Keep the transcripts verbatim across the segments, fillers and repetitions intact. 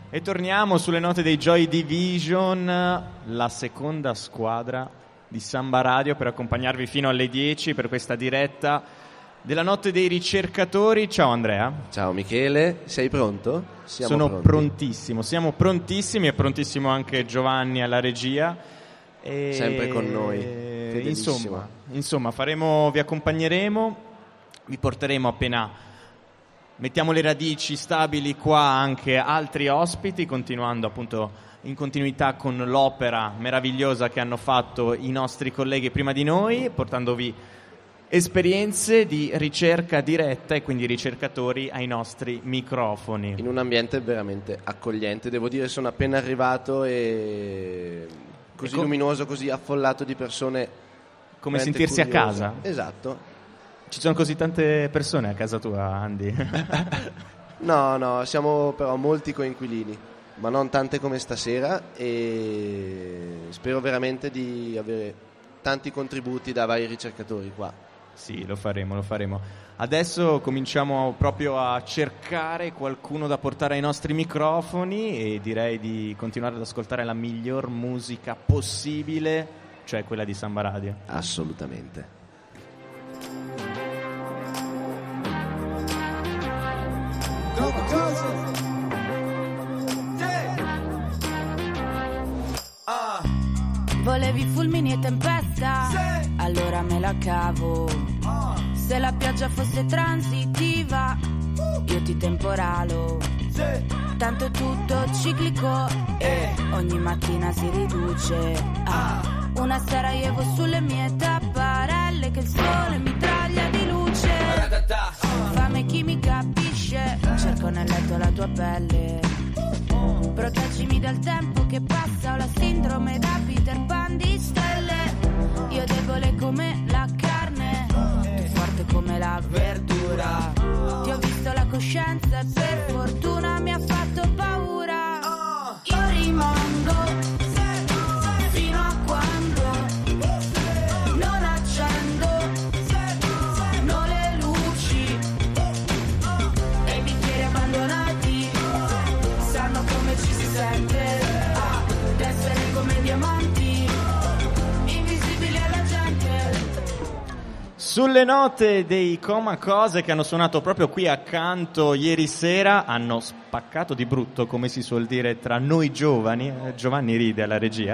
E torniamo sulle note dei Joy Division, la seconda squadra di Samba Radio, per accompagnarvi fino alle dieci per questa diretta della notte dei ricercatori. Ciao Andrea. Ciao Michele, sei pronto? Siamo Sono pronti. prontissimo, siamo prontissimi, è prontissimo anche Giovanni alla regia. E sempre con noi. Fedelissimo. Insomma, insomma faremo, vi accompagneremo, vi porteremo appena mettiamo le radici stabili qua anche altri ospiti, continuando appunto in continuità con l'opera meravigliosa che hanno fatto i nostri colleghi prima di noi, portandovi esperienze di ricerca diretta e quindi ricercatori ai nostri microfoni. In un ambiente veramente accogliente, devo dire, sono appena arrivato e così com- luminoso, così affollato di persone. Come sentirsi curiose. a casa. Esatto. Ci sono così tante persone a casa tua, Andy? No, no, siamo però molti coinquilini, ma non tante come stasera, e spero veramente di avere tanti contributi da vari ricercatori qua. Sì, lo faremo, lo faremo. Adesso cominciamo proprio a cercare qualcuno da portare ai nostri microfoni e direi di continuare ad ascoltare la miglior musica possibile, cioè quella di Samba Radio. Assolutamente. Volevi fulmini e tempesta? Sì. Allora me la cavo. Oh. Se la pioggia fosse transitiva, uh. io ti temporalo. Sì. Tanto è tutto ciclico e eh. ogni mattina si riduce. Ah. Una Sarajevo sulle mie tapparelle, che il sole mi taglia di luce. Fame chi mi capisce, cerco nel letto la tua pelle. Proteggimi dal tempo che passa, ho la sindrome da Peter Pan di stelle. Io debole come la carne, tu forte come la verdura. Ti ho visto la coscienza e per fortuna mi ha fatto paura. Io rimango fino a quando non accendo no le luci e i bicchieri abbandonati sanno come ci si sente ah, d'essere come diamanti invisibili alla gente. Sulle note dei Coma Cose, che hanno suonato proprio qui accanto ieri sera, hanno spaccato di brutto, come si suol dire tra noi giovani. Giovanni ride alla regia.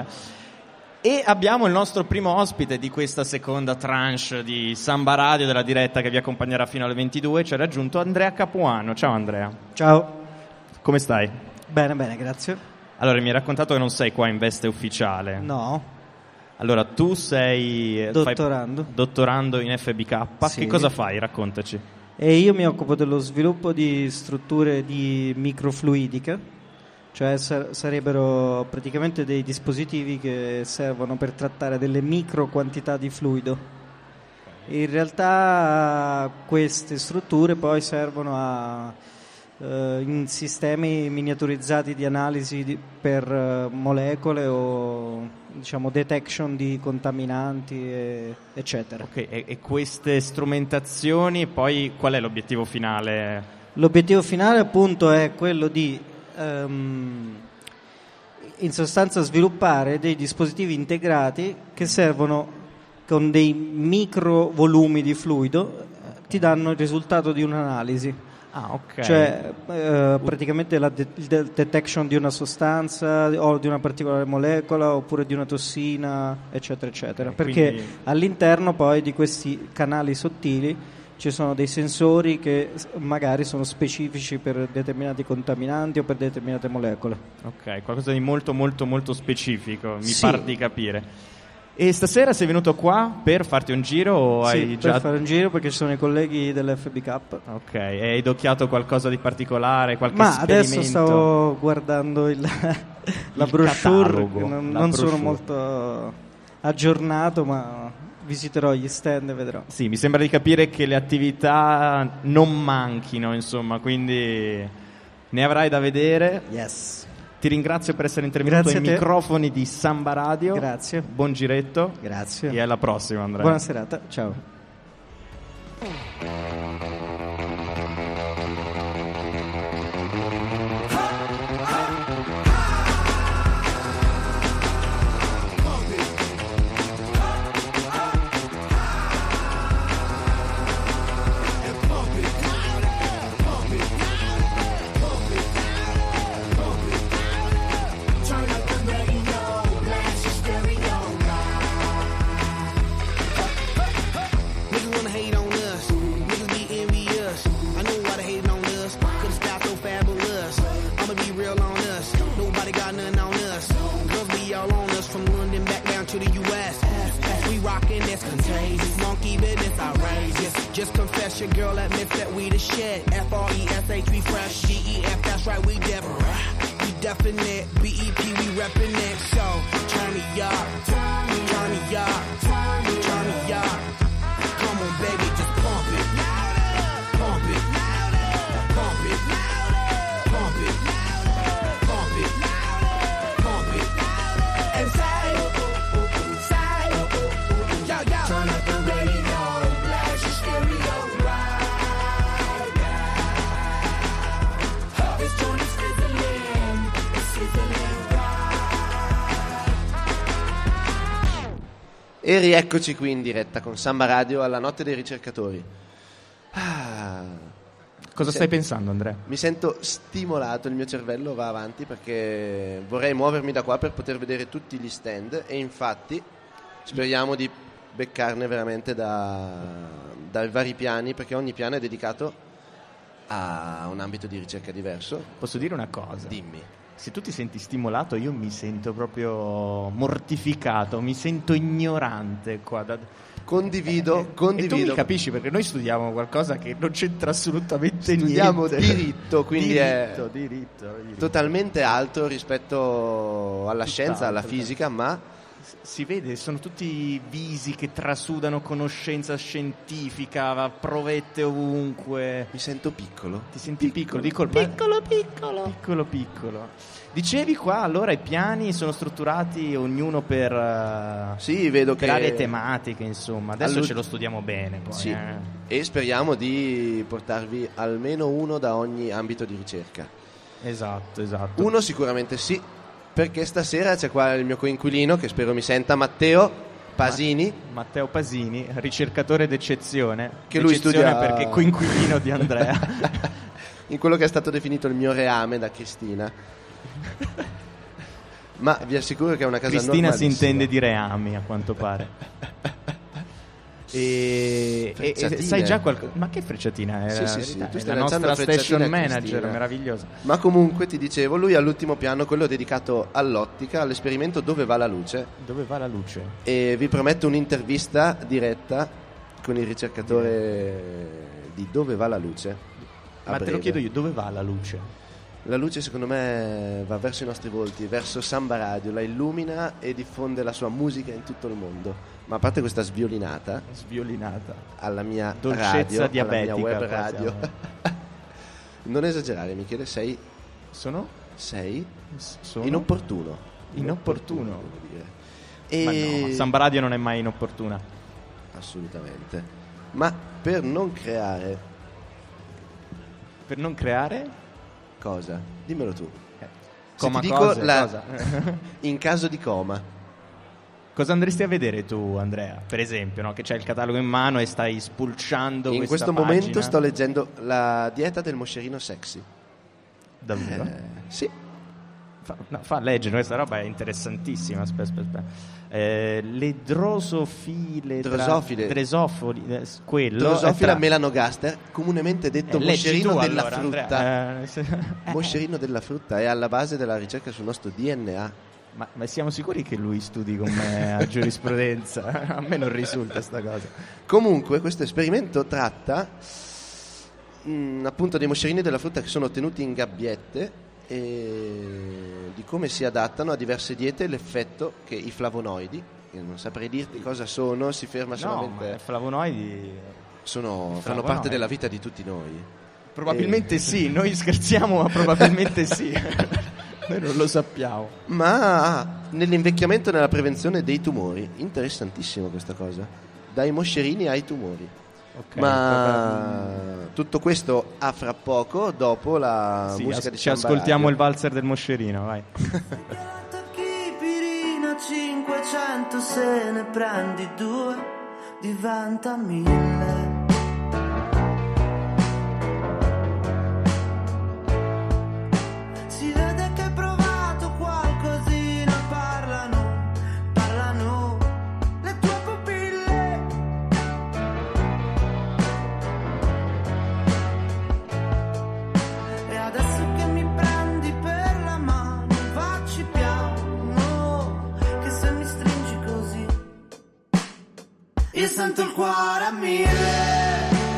E abbiamo il nostro primo ospite di questa seconda tranche di Samba Radio, della diretta che vi accompagnerà fino alle ventidue. Ci ha raggiunto Andrea Capuano. Ciao Andrea. Ciao. Come stai? Bene, bene, grazie. Allora, mi hai raccontato che non sei qua in veste ufficiale. No. Allora, tu sei dottorando, fai, dottorando in F B K. Sì. Che cosa fai? Raccontaci. E io mi occupo dello sviluppo di strutture di microfluidica, cioè sar- sarebbero praticamente dei dispositivi che servono per trattare delle micro quantità di fluido. In realtà queste strutture poi servono a Uh, in sistemi miniaturizzati di analisi di, per uh, molecole o diciamo detection di contaminanti e, eccetera. Ok, e, e queste strumentazioni poi qual è l'obiettivo finale? L'obiettivo finale appunto è quello di um, in sostanza sviluppare dei dispositivi integrati che servono con dei micro volumi di fluido, ti danno il risultato di un'analisi. Ah, ok. Cioè eh, praticamente la de- de- detection di una sostanza o di una particolare molecola oppure di una tossina, eccetera eccetera, perché quindi all'interno poi di questi canali sottili ci sono dei sensori che magari sono specifici per determinati contaminanti o per determinate molecole. Ok, qualcosa di molto molto molto specifico, mi Sì. par di capire. E stasera sei venuto qua per farti un giro o Sì, hai per già fare un giro perché ci sono i colleghi dell'F B K. Ok, e hai docchiato qualcosa di particolare, qualche Ma esperimento? adesso stavo guardando il, la Il brochure, catalogo, non, la non brochure. sono molto aggiornato, ma visiterò gli stand e vedrò. Sì, mi sembra di capire che le attività non manchino, insomma, quindi ne avrai da vedere. Yes. Ti ringrazio per essere intervenuto Grazie ai a te. microfoni di Samba Radio. Grazie. Buon giretto. Grazie. E alla prossima, Andrea. Buona serata, ciao. Ah, ah. Just confess your girl admits that we the shit. F R E S H, we fresh. D E F, that's right, we different. We definite. B E P, we reppin' it. So, turn me up. Turn me up. Turn me up. Come on, baby, just pump it. Pump it. Pump it. Pump it. Pump it. Pump it. And say, say, yo, yo. Turn up the radio, blast your stereo right now. This joint is sizzling, it's sizzling right. E rieccoci qui in diretta con Samba Radio alla notte dei ricercatori. Ah, Cosa Sì. stai pensando, Andrea? mi sento stimolato, il mio cervello va avanti perché vorrei muovermi da qua per poter vedere tutti gli stand e infatti speriamo di beccarne veramente da, dai vari piani, perché ogni piano è dedicato a un ambito di ricerca diverso. Posso dire una cosa? Dimmi. Se tu ti senti stimolato, io mi sento proprio mortificato, mi sento ignorante qua. Da... Condivido, E tu mi condivido. capisci, perché noi studiamo qualcosa che non c'entra assolutamente Studiamo niente. diritto, quindi diritto, è diritto, diritto. totalmente altro rispetto alla scienza, alla Tutt'altro. fisica, ma Si vede, sono tutti visi che trasudano conoscenza scientifica, va- provette ovunque. mi sento piccolo. Ti senti piccolo, di colpo. Piccolo, piccolo. Piccolo, piccolo. Dicevi qua, allora i piani sono strutturati ognuno per, eh, Sì, vedo per che aree tematiche, insomma. Adesso All'ult- ce lo studiamo bene. Poi, Sì. eh. E speriamo di portarvi almeno uno da ogni ambito di ricerca. Esatto, esatto. Uno sicuramente sì, perché stasera c'è qua il mio coinquilino che spero mi senta, Matteo Pasini. Matteo Pasini, ricercatore d'eccezione. Che lui D'eccezione studia- perché coinquilino di Andrea. In quello che è stato definito il mio reame da Cristina. Ma vi assicuro che è una casa Cristina si normalissima. intende di reami, a quanto pare. E, e- e Frecciatine. sai già qualcosa? Ma che frecciatina? È Sì, la sì, sì, verità, tu è stai la lanciando nostra frecciatine station a manager, Cristina. meravigliosa. Ma comunque ti dicevo, lui all'ultimo piano, quello dedicato all'ottica, all'esperimento Dove va la luce, Dove va la luce? e vi prometto un'intervista diretta con il ricercatore di Dove va la luce. a Ma te lo breve. chiedo io, dove va la luce? La luce secondo me va verso i nostri volti, verso Samba Radio, la illumina e diffonde la sua musica in tutto il mondo. Ma a parte questa sviolinata Sviolinata. alla mia Dolcezza radio, diabetica, alla mia web qua radio. siamo. Non esagerare, Michele, sei, Sono? sei Sono? inopportuno. Inopportuno. devo dire. Ma E... no, Samba Radio non è mai inopportuna. Assolutamente. Ma per non creare Per non creare? cosa? Dimmelo tu. Se Coma ti dico cose, la- cosa? in caso di coma, Cosa andresti a vedere tu, Andrea? Per esempio, no? Che c'hai il catalogo in mano e stai spulciando in questa questo pagina. momento sto leggendo la dieta del moscerino sexy. Davvero? Eh, sì. Fa, no, fa leggere, questa roba è interessantissima. Aspetta, aspetta, aspetta. Eh, le drosofile, tra- Drosofile. dresofoli, eh, quello Drosofila è tra- melanogaster, comunemente detto Eh, leggi moscerino tu, della allora, frutta. Andrea. Eh, se- Moscerino della frutta è alla base della ricerca sul nostro D N A. ma, ma siamo sicuri che lui studi con me a giurisprudenza? A me non risulta sta cosa. Comunque questo esperimento tratta mh, appunto dei moscerini della frutta che sono tenuti in gabbiette e di come si adattano a diverse diete e l'effetto che i flavonoidi, che non saprei dirti cosa sono, si ferma No, solamente ma flavonoidi sono, fanno flavonoidi. parte della vita di tutti noi. probabilmente sì, noi scherziamo, ma probabilmente sì. Noi non lo sappiamo. Ma nell'invecchiamento e nella prevenzione dei tumori, interessantissimo questa cosa, dai moscerini ai tumori. Ok, Ma tutto questo a fra poco dopo la sì, musica as- di ci Samba ascoltiamo Radio. il valzer del moscerino, vai. Pirina cinquecento, se ne prendi due diventa mille. Si vede che hai provato qualcosina, parlano, parlano le tue pupille. E adesso che mi prendi per la mano, facci piano, che se mi stringi così io sento il cuore a mille.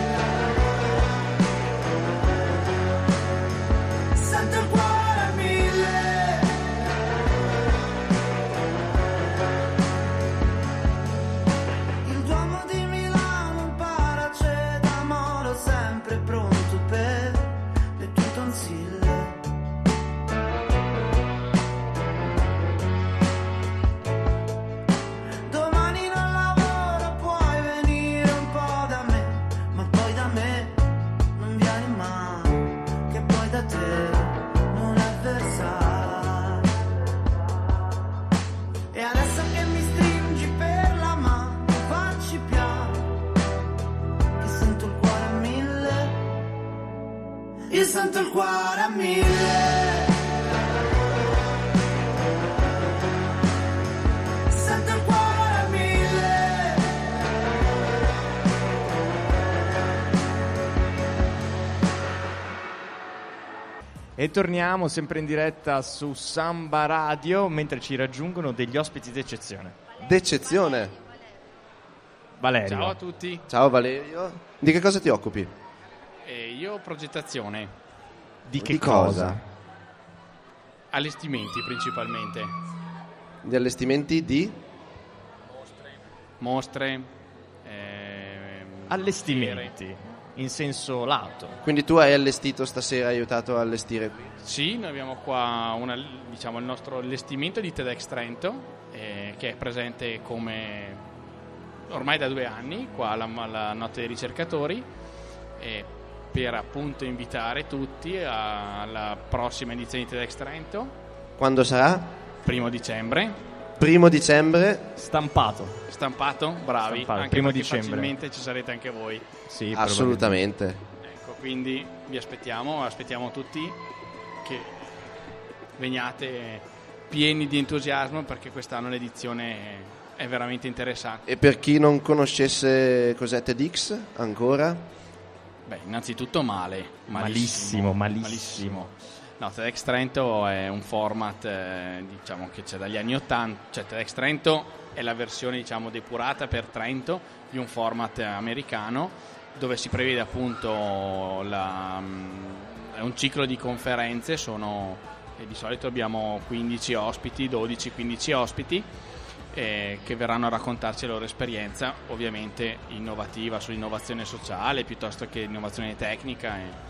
io sento il cuore a mille. Sento il cuore a mille. E torniamo sempre in diretta su Samba Radio mentre ci raggiungono degli ospiti d'eccezione. D'eccezione. Valerio. Ciao a tutti. Ciao Valerio. Di che cosa ti occupi? Eh, io progettazione, Di che Di cosa? cosa? allestimenti principalmente, Di allestimenti di? mostre, ehm, Allestimenti, in senso lato. Quindi tu hai allestito stasera, hai aiutato a allestire qui. Sì, noi abbiamo qua una, diciamo, il nostro allestimento di TEDx Trento, eh, che è presente come ormai da due anni qua alla, alla Notte dei Ricercatori, eh, per appunto invitare tutti alla prossima edizione di TEDx Trento, Quando sarà? primo dicembre. Primo dicembre. Stampato. Stampato? Bravi, Stampato, anche primo perché dicembre. facilmente ci sarete anche voi. Sì, Assolutamente. Ecco, quindi vi aspettiamo, aspettiamo tutti che veniate pieni di entusiasmo, perché quest'anno l'edizione è veramente interessante. E per chi non conoscesse cos'è TEDx ancora? Beh, innanzitutto male, Malissimo, malissimo, malissimo. No, TEDx Trento è un format eh, diciamo che c'è dagli anni ottanta, cioè TEDx Trento è la versione diciamo depurata per Trento di un format americano, dove si prevede appunto la, è un ciclo di conferenze, sono e di solito abbiamo quindici ospiti, dodici quindici ospiti eh, che verranno a raccontarci la loro esperienza, ovviamente innovativa sull'innovazione sociale piuttosto che innovazione tecnica. E...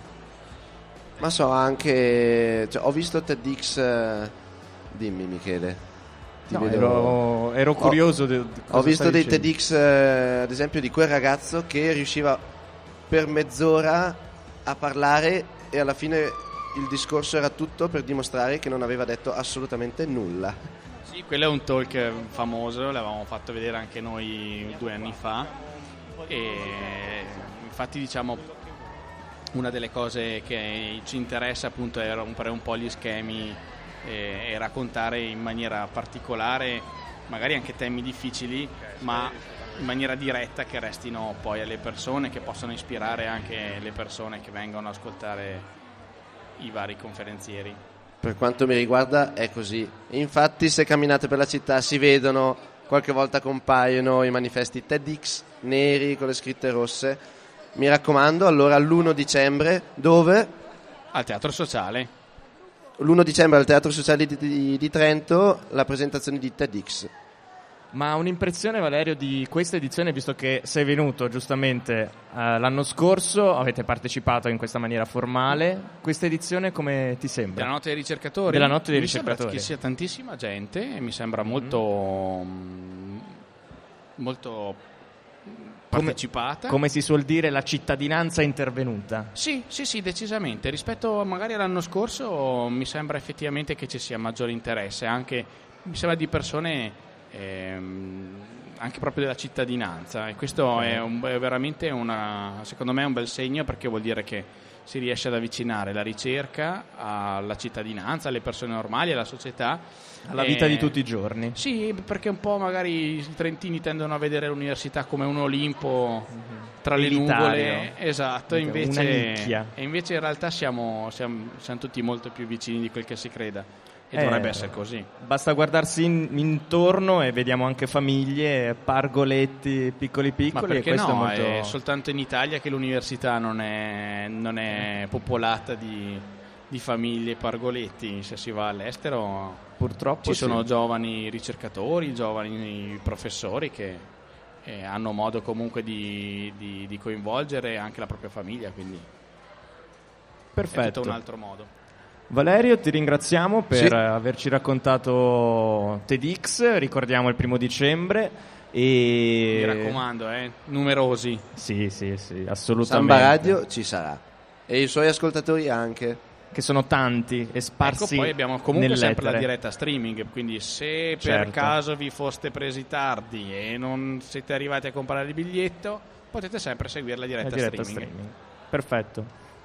Ma so anche, cioè, ho visto TEDx, eh, dimmi Michele. Ti No, vedo- ero, ero curioso. di- di cosa Ho visto stavi dei dicendo. TEDx, eh, ad esempio, di quel ragazzo che riusciva per mezz'ora a parlare e alla fine il discorso era tutto per dimostrare che non aveva detto assolutamente nulla. Sì, quello è un talk famoso, l'avevamo fatto vedere anche noi due anni fa e infatti diciamo una delle cose che ci interessa appunto è rompere un po' gli schemi e, e raccontare in maniera particolare magari anche temi difficili, ma in maniera diretta, che restino poi alle persone, che possano ispirare anche le persone che vengono ad ascoltare i vari conferenzieri. Per quanto mi riguarda è così. Infatti se camminate per la città si vedono, qualche volta compaiono i manifesti TEDx neri con le scritte rosse. Mi raccomando, allora l'primo dicembre, dove? Al Teatro Sociale. L'primo dicembre al Teatro Sociale di, di, di Trento, la presentazione di TEDx. Ma un'impressione, Valerio, di questa edizione, visto che sei venuto giustamente eh, l'anno scorso, avete partecipato in questa maniera formale, questa edizione come ti sembra? Della Notte dei Ricercatori? Della Notte dei mi sembra Ricercatori. che sia tantissima gente e mi sembra molto mm. molto partecipata. Come si suol dire, la cittadinanza intervenuta. Sì, sì, sì, decisamente. Rispetto magari all'anno scorso mi sembra effettivamente che ci sia maggiore interesse, anche mi sembra di persone ehm, anche proprio della cittadinanza, e questo è, un, è veramente una, secondo me è un bel segno, perché vuol dire che si riesce ad avvicinare la ricerca alla cittadinanza, alle persone normali, alla società, Alla e- vita di tutti i giorni. Sì, perché un po' magari i trentini tendono a vedere l'università come un Olimpo tra le Elitario. nuvole, esatto, e Una invece, nicchia. e invece in realtà siamo, siamo, siamo tutti molto più vicini di quel che si creda, e Eh, dovrebbe essere così. Basta guardarsi in- intorno e vediamo anche famiglie, pargoletti piccoli Ma piccoli, e perché questo no? è molto... È soltanto in Italia che l'università non è, non è popolata di, di famiglie e pargoletti. Se si va all'estero Purtroppo ci sì. sono giovani ricercatori, giovani professori che eh, hanno modo comunque di, di, di coinvolgere anche la propria famiglia, quindi è Perfetto. tutto un altro modo. Valerio, ti ringraziamo per Sì. eh, averci raccontato TEDx, ricordiamo il primo dicembre e... Mi raccomando, eh, numerosi. Sì, sì, sì, assolutamente. Samba Radio ci sarà. E i suoi ascoltatori anche. Che sono tanti e Ecco, sparsi poi abbiamo comunque sempre la nell'etere. diretta streaming, quindi se per Certo. caso vi foste presi tardi e non siete arrivati a comprare il biglietto, potete sempre seguire la diretta, La diretta streaming. streaming. Perfetto.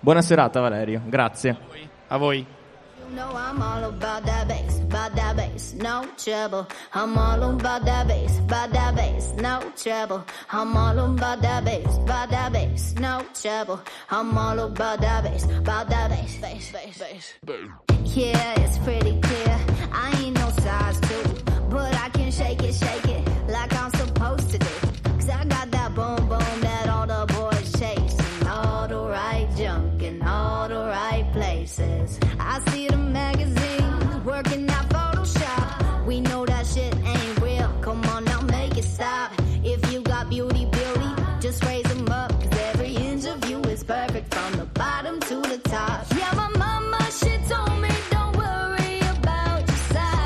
Buona serata Valerio, grazie. A voi. You know I'm all about that bass, about that bass, no trouble. I'm all about that bass, about that bass, no trouble. I'm all about that bass, about that bass, no trouble. I'm all about that bass, about that bass, bass, bass, bass. Yeah, it's pretty clear. I ain't no size two, but I can shake it, shake it like I'm supposed to do. 'Cause I got that boom boom that all the boys chase, and all the right junk in all the right places. I see the magazines working out Photoshop. We know that shit ain't real. Come on now, make it stop. If you got beauty, beauty, just raise them up. 'Cause every inch of you is perfect from the bottom to the top. Yeah, my mama, she told me don't worry about your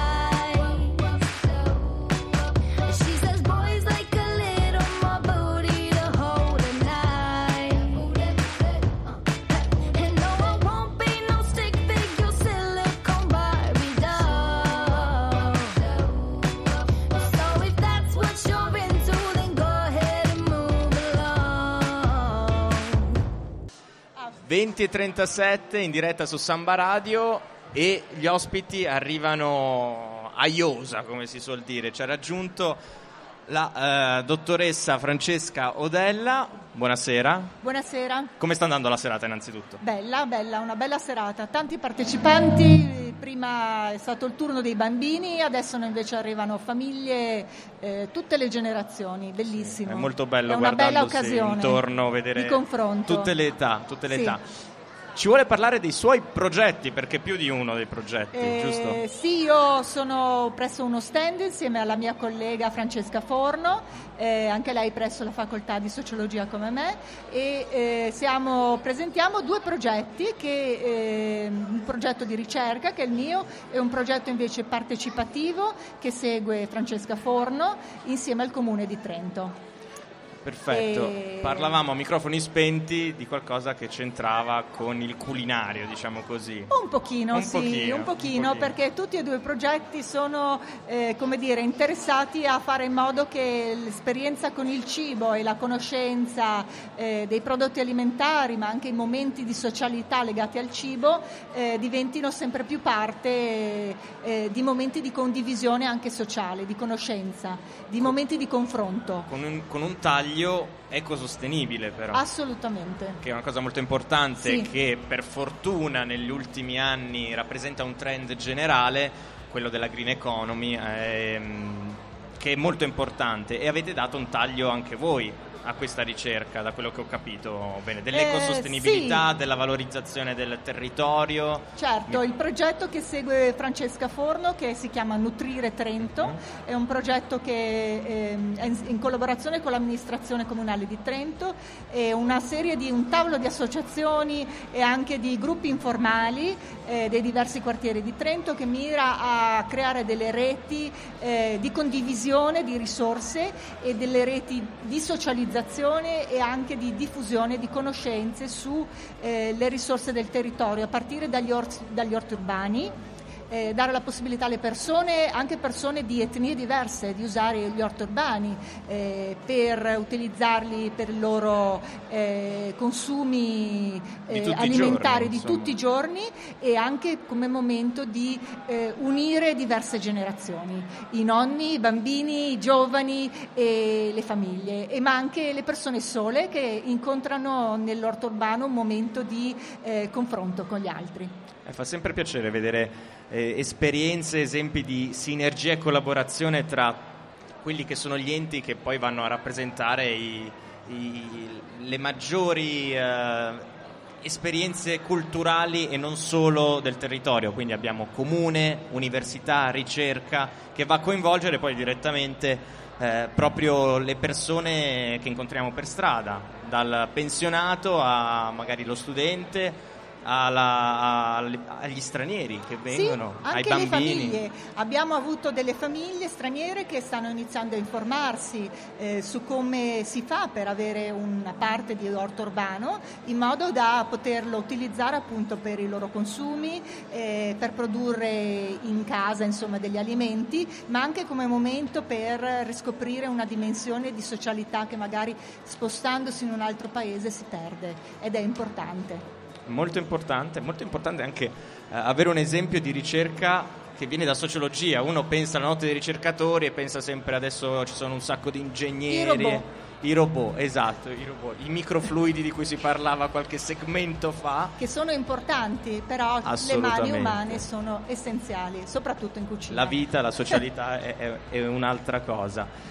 size. She says boys like a little more booty to hold at night. And no, I won't be no stick figure silicone Barbie doll. So if that's what you're into, then go ahead and move along. venti e trentasette in diretta su Samba Radio e gli ospiti arrivano a iosa, come si suol dire. Ci ha raggiunto la eh, dottoressa Francesca Odella. Buonasera. Buonasera. Come sta andando la serata innanzitutto? Bella, bella, una bella serata. Tanti partecipanti, prima è stato il turno dei bambini, adesso invece arrivano famiglie, eh, tutte le generazioni, bellissimo. È molto bello è una bella guardandosi occasione intorno, vedere di confronto. tutte le età, tutte le Sì. età. Ci vuole parlare dei suoi progetti, perché più di uno dei progetti, Eh, giusto? Sì, io sono presso uno stand insieme alla mia collega Francesca Forno, eh, anche lei presso la facoltà di sociologia come me, e eh, siamo, presentiamo due progetti, che, eh, un progetto di ricerca che è il mio e un progetto invece partecipativo che segue Francesca Forno insieme al Comune di Trento. Perfetto, E- parlavamo a microfoni spenti di qualcosa che c'entrava con il culinario, diciamo così. Un pochino, Un sì, pochino, un pochino, un pochino. perché tutti e due i progetti sono, eh, come dire, interessati a fare in modo che l'esperienza con il cibo e la conoscenza eh, dei prodotti alimentari, ma anche i momenti di socialità legati al cibo, eh, diventino sempre più parte eh, di momenti di condivisione anche sociale, di conoscenza, di momenti di confronto. Con un, con un taglio ecosostenibile però, Assolutamente. che è una cosa molto importante, Sì. che per fortuna negli ultimi anni rappresenta un trend generale, quello della green economy, ehm, che è molto importante, e avete dato un taglio anche voi a questa ricerca, da quello che ho capito bene, dell'ecosostenibilità, Eh, sì. della valorizzazione del territorio. Certo, il progetto che segue Francesca Forno, che si chiama Nutrire Trento, Mhm. è un progetto che ehm, è in, in collaborazione con l'amministrazione comunale di Trento, è una serie di un tavolo di associazioni e anche di gruppi informali eh, dei diversi quartieri di Trento, che mira a creare delle reti eh, di condivisione di risorse e delle reti di socializzazione e anche di diffusione di conoscenze su eh, le risorse del territorio, a partire dagli orti, dagli orti urbani, eh, dare la possibilità alle persone, anche persone di etnie diverse, di usare gli orti urbani eh, per utilizzarli per i loro eh, consumi Di eh, tutti i alimentari giorni, di insomma. tutti i giorni, e anche come momento di eh, unire diverse generazioni, i nonni, i bambini, i giovani e le famiglie, e ma anche le persone sole che incontrano nell'orto urbano un momento di eh, confronto con gli altri. Eh, fa sempre piacere vedere eh, esperienze, esempi di sinergia e collaborazione tra quelli che sono gli enti che poi vanno a rappresentare i, i- le maggiori eh, esperienze culturali e non solo del territorio. Quindi abbiamo comune, università, ricerca, che va a coinvolgere poi direttamente eh, proprio le persone che incontriamo per strada, dal pensionato a magari lo studente, alla- alle- agli stranieri che vengono, Sì, ai anche bambini. le famiglie. Abbiamo avuto delle famiglie straniere che stanno iniziando a informarsi eh, su come si fa per avere una parte di orto urbano, in modo da poterlo utilizzare appunto per i loro consumi, eh, per produrre in casa insomma degli alimenti, ma anche come momento per riscoprire una dimensione di socialità che magari spostandosi in un altro paese si perde, ed è importante. molto importante, molto importante anche eh, avere un esempio di ricerca che viene da sociologia. Uno pensa alla notte dei ricercatori e pensa sempre adesso ci sono un sacco di ingegneri. I robot. I robot, esatto, i robot, i microfluidi di cui si parlava qualche segmento fa. Che sono importanti, però le mani umane sono essenziali, soprattutto in cucina. La vita, la socialità è, è, è un'altra cosa.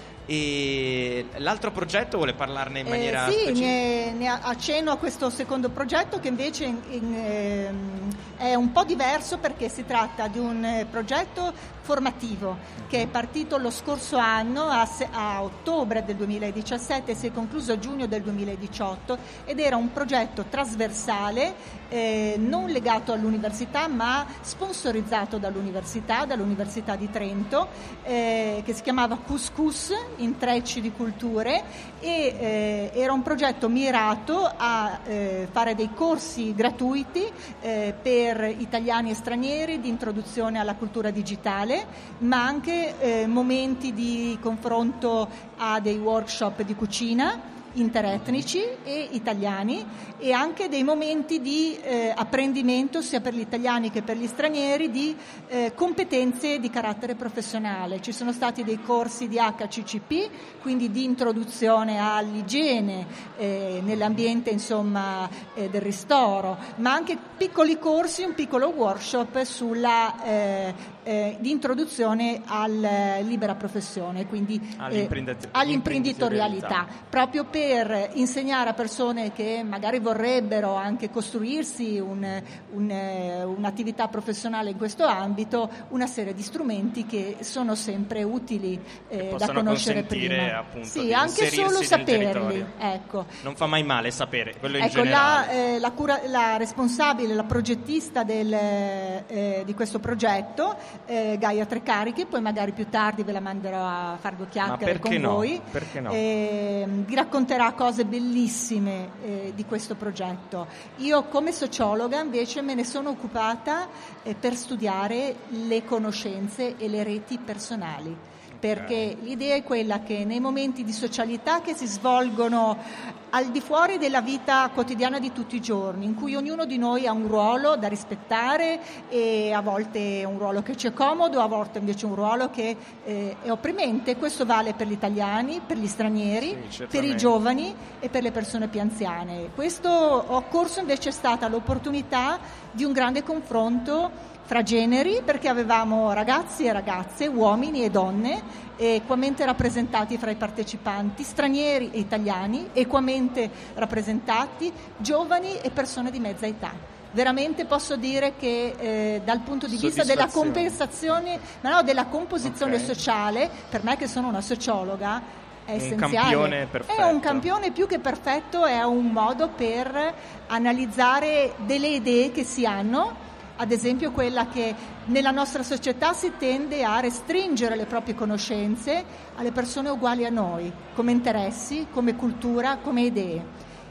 E l'altro progetto vuole parlarne in maniera eh, sì, specifica? ne, ne accenno a questo secondo progetto che invece in, in, eh, è un po' diverso, perché si tratta di un eh, progetto formativo che è partito lo scorso anno a, a ottobre del duemiladiciassette e si è concluso a giugno del duemiladiciotto, ed era un progetto trasversale eh, non legato all'università ma sponsorizzato dall'università, dall'Università di Trento, eh, che si chiamava Couscous, Intrecci di Culture, e eh, era un progetto mirato a eh, fare dei corsi gratuiti eh, per italiani e stranieri di introduzione alla cultura digitale, ma anche eh, momenti di confronto a dei workshop di cucina interetnici e italiani, e anche dei momenti di eh, apprendimento sia per gli italiani che per gli stranieri di eh, competenze di carattere professionale. Ci sono stati dei corsi di H C C P, quindi di introduzione all'igiene eh, nell'ambiente insomma eh, del ristoro, ma anche piccoli corsi, un piccolo workshop sulla eh, eh, di introduzione alla libera professione, quindi eh, all'imprenditorialità, proprio per per insegnare a persone che magari vorrebbero anche costruirsi un, un, un'attività professionale in questo ambito una serie di strumenti che sono sempre utili eh, da conoscere prima. Appunto, sì, anche solo saperli. Ecco. Non fa mai male sapere, quello in ecco, generale. La, eh, la, cura, la responsabile, la progettista del, eh, di questo progetto, eh, Gaia Trecarichi, poi magari più tardi ve la manderò a fare due chiacchiere con no? voi. Perché no? Eh, vi racconterà cose bellissime eh, di questo progetto. Io come sociologa invece me ne sono occupata eh, per studiare le conoscenze e le reti personali, perché l'idea è quella che nei momenti di socialità che si svolgono al di fuori della vita quotidiana di tutti i giorni, in cui ognuno di noi ha un ruolo da rispettare, e a volte un ruolo che ci è comodo, a volte invece un ruolo che eh, è opprimente. Questo vale per gli italiani, per gli stranieri, sì, per i giovani e per le persone più anziane. Questo corso invece è stata l'opportunità di un grande confronto fra generi, perché avevamo ragazzi e ragazze, uomini e donne, equamente rappresentati fra i partecipanti, stranieri e italiani, equamente rappresentati, giovani e persone di mezza età. Veramente posso dire che eh, dal punto di vista della compensazione, ma no, della composizione okay. sociale, per me che sono una sociologa, è un essenziale. campione perfetto. È un campione più che perfetto, è un modo per analizzare delle idee che si hanno. Ad esempio quella che nella nostra società si tende a restringere le proprie conoscenze alle persone uguali a noi, come interessi, come cultura, come idee.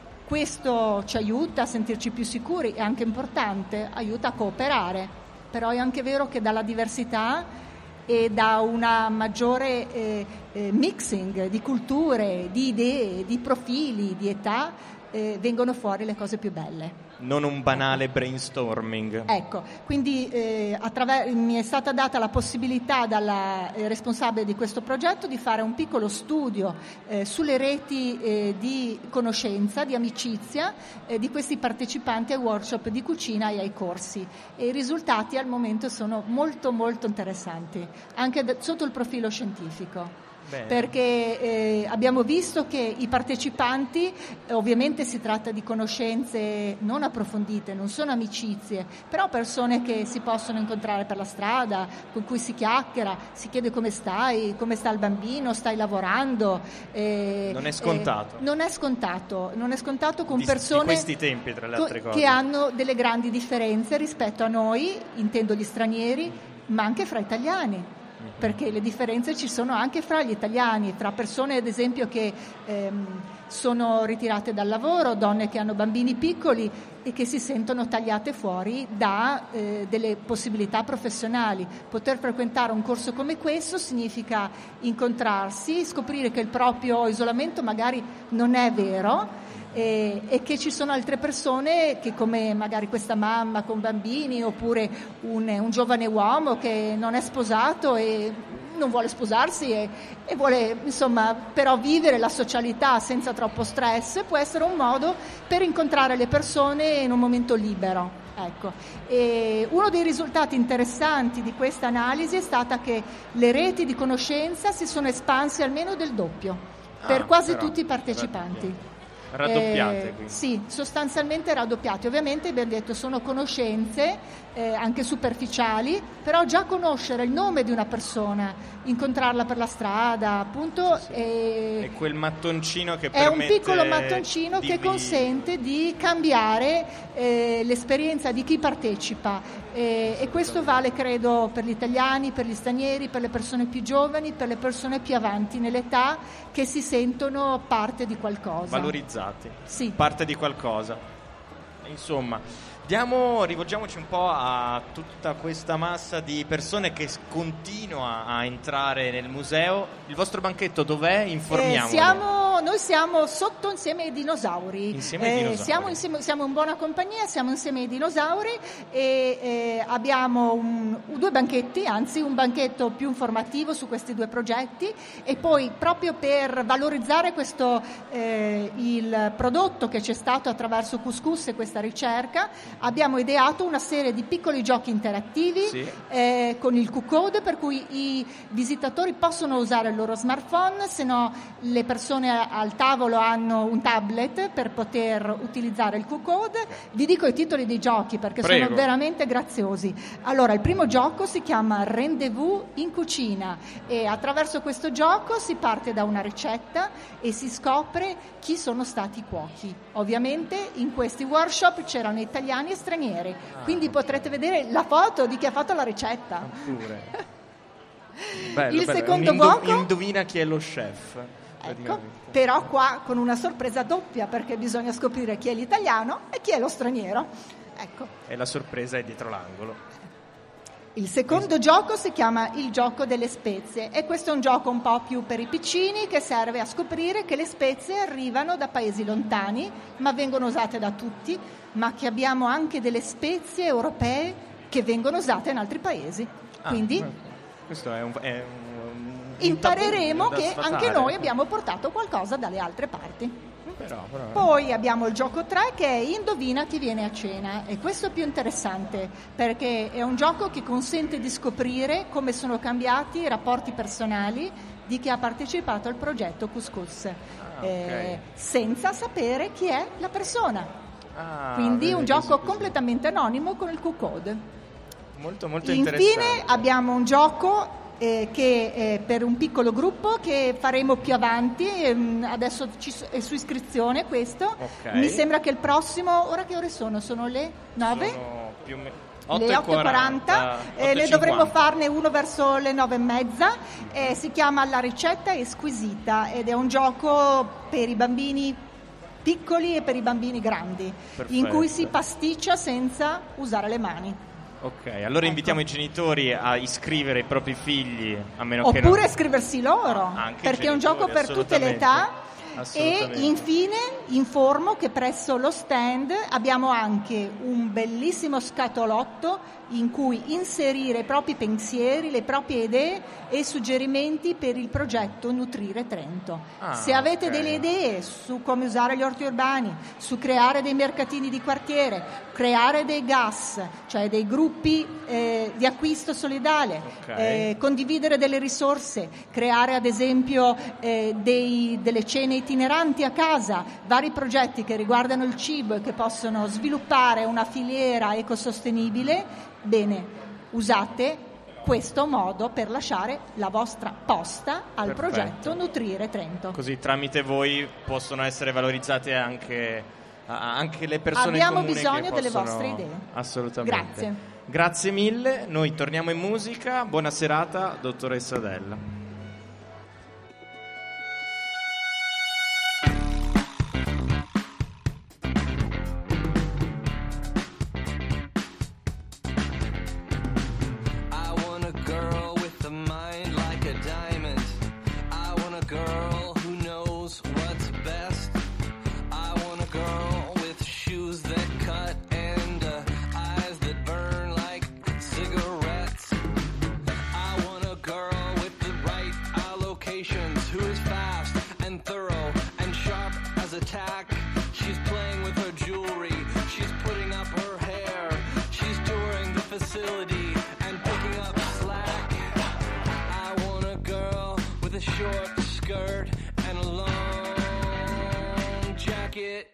Questo ci aiuta a sentirci più sicuri, è anche importante, aiuta a cooperare, però è anche vero che dalla diversità e da una maggiore eh, eh, mixing di culture, di idee, di profili, di età, eh, vengono fuori le cose più belle. Non un banale brainstorming. Ecco, quindi eh, attraver- mi è stata data la possibilità dalla eh, responsabile di questo progetto di fare un piccolo studio eh, sulle reti eh, di conoscenza, di amicizia eh, di questi partecipanti ai workshop di cucina e ai corsi, e i risultati al momento sono molto molto interessanti, anche d- sotto il profilo scientifico. Bene. Perché eh, abbiamo visto che i partecipanti, eh, ovviamente si tratta di conoscenze non approfondite, non sono amicizie, però persone che si possono incontrare per la strada, con cui si chiacchiera, si chiede come stai, come sta il bambino, stai lavorando. Eh, non è scontato. Eh, non è scontato, non è scontato con di, persone di questi tempi, tra le altre co- cose, che hanno delle grandi differenze rispetto a noi, intendo gli stranieri, ma anche fra italiani. Perché le differenze ci sono anche fra gli italiani, fra persone ad esempio che ehm, sono ritirate dal lavoro, donne che hanno bambini piccoli e che si sentono tagliate fuori da eh, delle possibilità professionali. Poter frequentare un corso come questo significa incontrarsi, scoprire che il proprio isolamento magari non è vero, e, e che ci sono altre persone che, come magari questa mamma con bambini, oppure un, un giovane uomo che non è sposato e non vuole sposarsi e, e vuole insomma però vivere la socialità senza troppo stress, può essere un modo per incontrare le persone in un momento libero. Ecco. E uno dei risultati interessanti di questa analisi è stata che le reti di conoscenza si sono espanse almeno del doppio Ah, per quasi però, tutti i partecipanti. Raddoppiate, Eh, quindi. sì, sostanzialmente raddoppiate. Ovviamente abbiamo detto sono conoscenze eh, anche superficiali, però già conoscere il nome di una persona, incontrarla per la strada, appunto, eh, È quel mattoncino che è un permette piccolo mattoncino di che vi- consente di cambiare eh, l'esperienza di chi partecipa eh, e questo vale credo per gli italiani, per gli stranieri, per le persone più giovani, per le persone più avanti nell'età che si sentono parte di qualcosa. valorizzati, Sì. parte di qualcosa. Insomma, diamo, rivolgiamoci un po' a tutta questa massa di persone che s- continua a entrare nel museo. Il vostro banchetto dov'è? Eh, Informiamoli. siamo, noi siamo sotto insieme ai dinosauri. Insieme ai Eh, dinosauri. Siamo, insieme- siamo in buona compagnia, siamo insieme ai dinosauri e eh, abbiamo un- due banchetti, anzi un banchetto più informativo su questi due progetti e poi proprio per valorizzare questo, eh, il prodotto che c'è stato attraverso Couscous e questa ricerca abbiamo ideato una serie di piccoli giochi interattivi Sì. eh, con il Q-Code per cui i visitatori possono usare il loro smartphone, se no le persone a- al tavolo hanno un tablet per poter utilizzare il Q-Code. Vi dico i titoli dei giochi perché Prego. sono veramente graziosi. Allora, il primo gioco si chiama Rendezvous in cucina e attraverso questo gioco si parte da una ricetta e si scopre chi sono stati i cuochi. Ovviamente in questi workshop c'erano italiani e stranieri, quindi potrete vedere la foto di chi ha fatto la ricetta. Pure. Bello, Il bello. secondo Un indo- gioco? Indovina chi è lo chef. Ecco, praticamente. però qua con una sorpresa doppia perché bisogna scoprire chi è l'italiano e chi è lo straniero. Ecco. E la sorpresa è dietro l'angolo. Il secondo gioco si chiama il gioco delle spezie e questo è un gioco un po' più per i piccini che serve a scoprire che le spezie arrivano da paesi lontani ma vengono usate da tutti, ma che abbiamo anche delle spezie europee che vengono usate in altri paesi. Ah, Quindi ecco. Questo è un, è un- un impareremo tabù da che sfatare. anche noi abbiamo portato qualcosa dalle altre parti. Però, però, Poi abbiamo il gioco tre che è Indovina chi viene a cena e questo è più interessante perché è un gioco che consente di scoprire come sono cambiati i rapporti personali di chi ha partecipato al progetto Couscous ok. eh, senza sapere chi è la persona. Ah, Quindi vedi, un così, gioco così. completamente anonimo con il Q-Code. Molto, molto Infine interessante. abbiamo un gioco eh, che è per un piccolo gruppo che faremo più avanti, ehm, adesso ci so- è su iscrizione questo. Ok. Mi sembra che il prossimo, ora che ore sono? Sono le nove? Sono più o meno Le otto e quaranta, eh, ne dovremmo farne uno verso le nove e mezza, eh, si chiama La ricetta è squisita ed è un gioco per i bambini piccoli e per i bambini grandi, in Perfetto. cui si pasticcia senza usare le mani. Ok, allora invitiamo i genitori a iscrivere i propri figli, a meno che Oppure non... scriversi loro, Anche i perché è un genitori, gioco per tutte le età. E assolutamente. infine informo che presso lo stand abbiamo anche un bellissimo scatolotto in cui inserire i propri pensieri, le proprie idee e suggerimenti per il progetto Nutrire Trento. Ah, Se avete ok. delle idee su come usare gli orti urbani, su creare dei mercatini di quartiere, creare dei gas, cioè dei gruppi eh, di acquisto solidale, Ok. eh, condividere delle risorse, creare ad esempio eh, dei, delle cene itineranti a casa, vari progetti che riguardano il cibo e che possono sviluppare una filiera ecosostenibile, bene, usate questo modo per lasciare la vostra posta al Perfetto. progetto Nutrire Trento. Così tramite voi possono essere valorizzate anche, a- anche le persone Abbiamo comuni bisogno che delle possono- vostre idee. Assolutamente. Grazie. Grazie mille, noi torniamo in musica. Buona serata, dottoressa Della. I want a girl with a mind like a diamond. I want a girl who knows what's best. I want a back. She's playing with her jewelry. She's putting up her hair. She's touring the facility and picking up slack. I want a girl with a short skirt and a long jacket.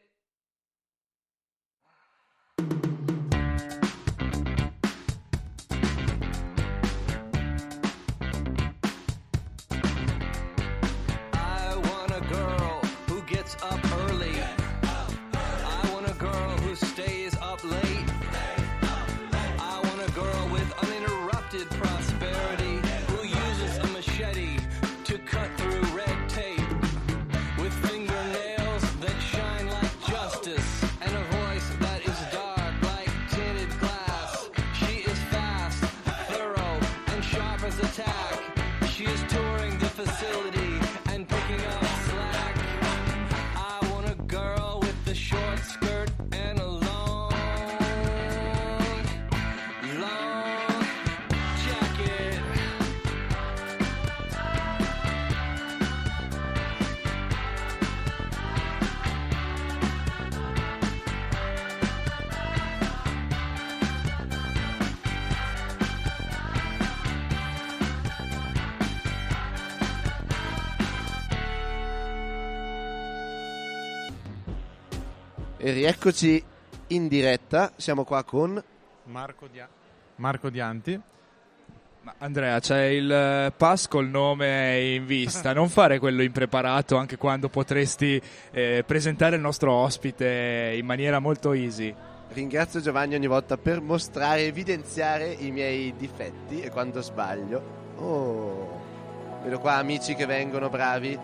I want a girl who gets up early. I want a girl who stays up late. I want a girl with uninterrupted prosperity, who uses a machete to cut through red tape, with fingernails that shine like justice, and a voice that is dark like tinted glass. She is fast, thorough, and sharp as a tack. She is touring the facility and picking up slack. I want a girl with a short skirt and a long, long jacket. E rieccoci in diretta, siamo qua con Marco, Dia- Marco Dianti. Ma Andrea, c'è il eh, pass col nome in vista, non fare quello impreparato anche quando potresti eh, presentare il nostro ospite in maniera molto easy. Ringrazio Giovanni ogni volta per mostrare, evidenziare i miei difetti e quando sbaglio. Oh, vedo qua amici che vengono bravi.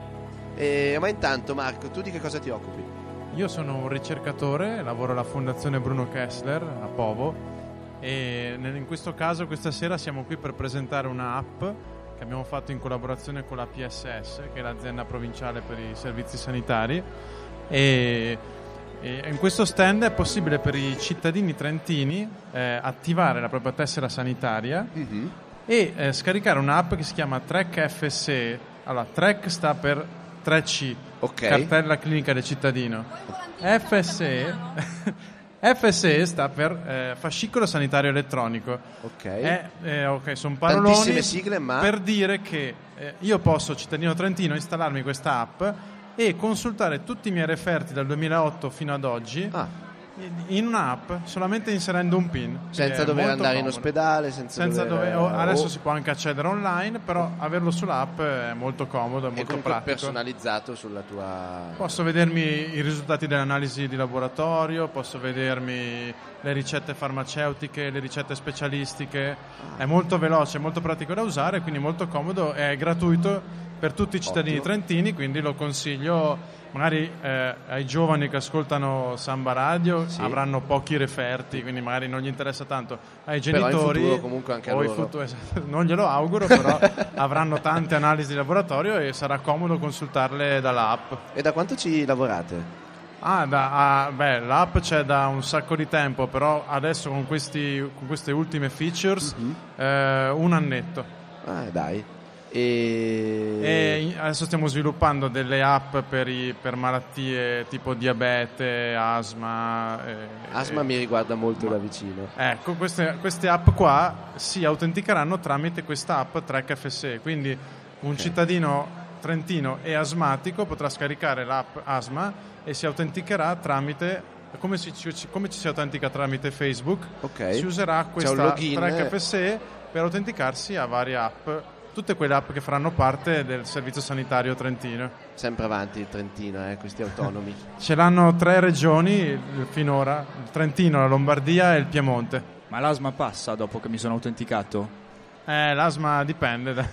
E, ma intanto Marco, tu di che cosa ti occupi? Io sono un ricercatore, lavoro alla Fondazione Bruno Kessler a Povo e nel- in questo caso questa sera siamo qui per presentare una app che abbiamo fatto in collaborazione con la P S S, che è l'azienda provinciale per i servizi sanitari, e, e in questo stand è possibile per i cittadini trentini eh, attivare la propria tessera sanitaria e eh, scaricare un'app che si chiama Trek F S E. Allora, Trek sta per tre C, Ok. cartella clinica del cittadino. F S E F S E sta per eh, fascicolo sanitario elettronico. Ok. È, eh, ok, sono Tantissime paroloni sigle, ma per dire che eh, io posso, cittadino trentino, installarmi questa app e consultare tutti i miei referti dal duemilaotto fino ad oggi ah, in un'app, solamente inserendo un PIN. senza È dover molto andare in comodo. ospedale, senza, Senza dover... dover- oh, adesso oh, si può anche accedere online, però averlo sull'app è molto comodo, è e molto comunque pratico. personalizzato sulla tua... Posso vedermi i risultati delle analisi di laboratorio, posso vedermi le ricette farmaceutiche, le ricette specialistiche. È molto veloce, molto pratico da usare, quindi molto comodo, è gratuito per tutti i cittadini Ottimo. trentini, quindi lo consiglio magari eh, ai giovani che ascoltano Samba Radio, Sì. avranno pochi referti, quindi magari non gli interessa tanto. Ai Però in genitori futuro comunque anche a o in loro. futuro- non glielo auguro, però avranno tante analisi di laboratorio e sarà comodo consultarle dall'app. E da quanto ci lavorate? Ah, da, ah, beh, l'app c'è da un sacco di tempo, però adesso con, questi, con queste ultime features eh, un annetto. Ah, dai. E... E in- adesso stiamo sviluppando delle app per, i- per malattie tipo diabete, asma. eh, Asma eh, mi riguarda molto da vicino. Ecco, queste, queste app qua si autenticheranno tramite questa app Trek F S E, quindi un cittadino trentino e asmatico potrà scaricare l'app Asma e si autenticherà tramite, come, si, ci- come ci si autentica tramite Facebook, Ok. si userà C'è un questa login, Trek eh. F S E per autenticarsi a varie app, tutte quelle app che faranno parte del servizio sanitario trentino. Sempre avanti il Trentino, eh, questi autonomi. Ce l'hanno tre regioni finora, il Trentino, la Lombardia e il Piemonte. Ma l'asma passa dopo che mi sono autenticato? Eh, l'asma dipende. da-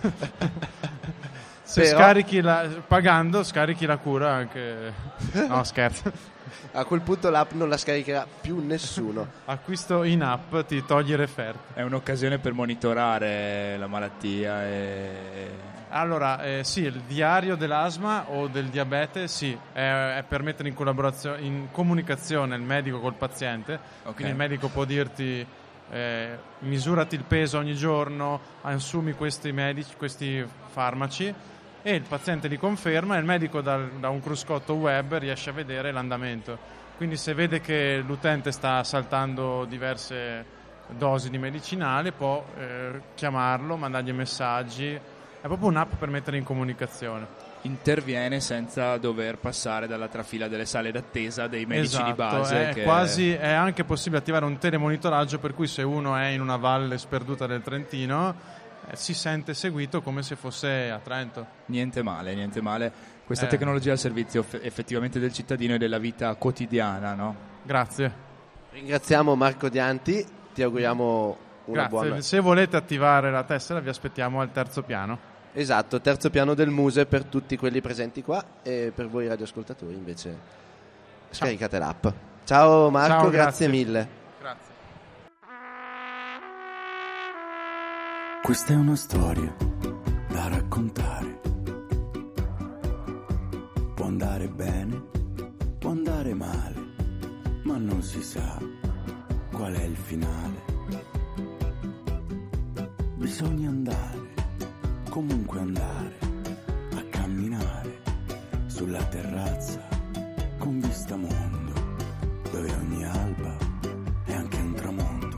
Se Però- scarichi la, pagando, scarichi la cura anche. No, scherzo. A quel punto l'app non la scaricherà più nessuno. Acquisto in app ti togli i referti. È un'occasione per monitorare la malattia e... Allora, eh, sì, il diario dell'asma o del diabete, sì, è, è per mettere in collaborazione, in comunicazione il medico col paziente. Ok. Quindi il medico può dirti eh, misurati il peso ogni giorno, assumi questi medici, questi farmaci e il paziente li conferma e il medico dal, da un cruscotto web riesce a vedere l'andamento. Quindi se vede che l'utente sta saltando diverse dosi di medicinale può eh, chiamarlo, mandargli messaggi, è proprio un'app per mettere in comunicazione. Interviene senza dover passare dalla trafila delle sale d'attesa dei medici esatto, di base. È, che... quasi, è anche possibile attivare un telemonitoraggio per cui se uno è in una valle sperduta del Trentino eh, si sente seguito come se fosse a Trento. Niente male, niente male. Questa Eh. tecnologia al servizio eff- effettivamente del cittadino e della vita quotidiana, no? Grazie. Ringraziamo Marco Dianti, ti auguriamo una Grazie. buona... Se volete attivare la tessera vi aspettiamo al terzo piano. Esatto, terzo piano del Muse per tutti quelli presenti qua e per voi radioascoltatori invece scaricate l'app. Ciao Marco, Ciao, grazie grazie. mille. Grazie. Questa è una storia da raccontare. Può andare bene, può andare male, ma non si sa qual è il finale. Bisogna andare, comunque andare, a camminare sulla terrazza con vista mondo, dove ogni alba è anche un tramonto.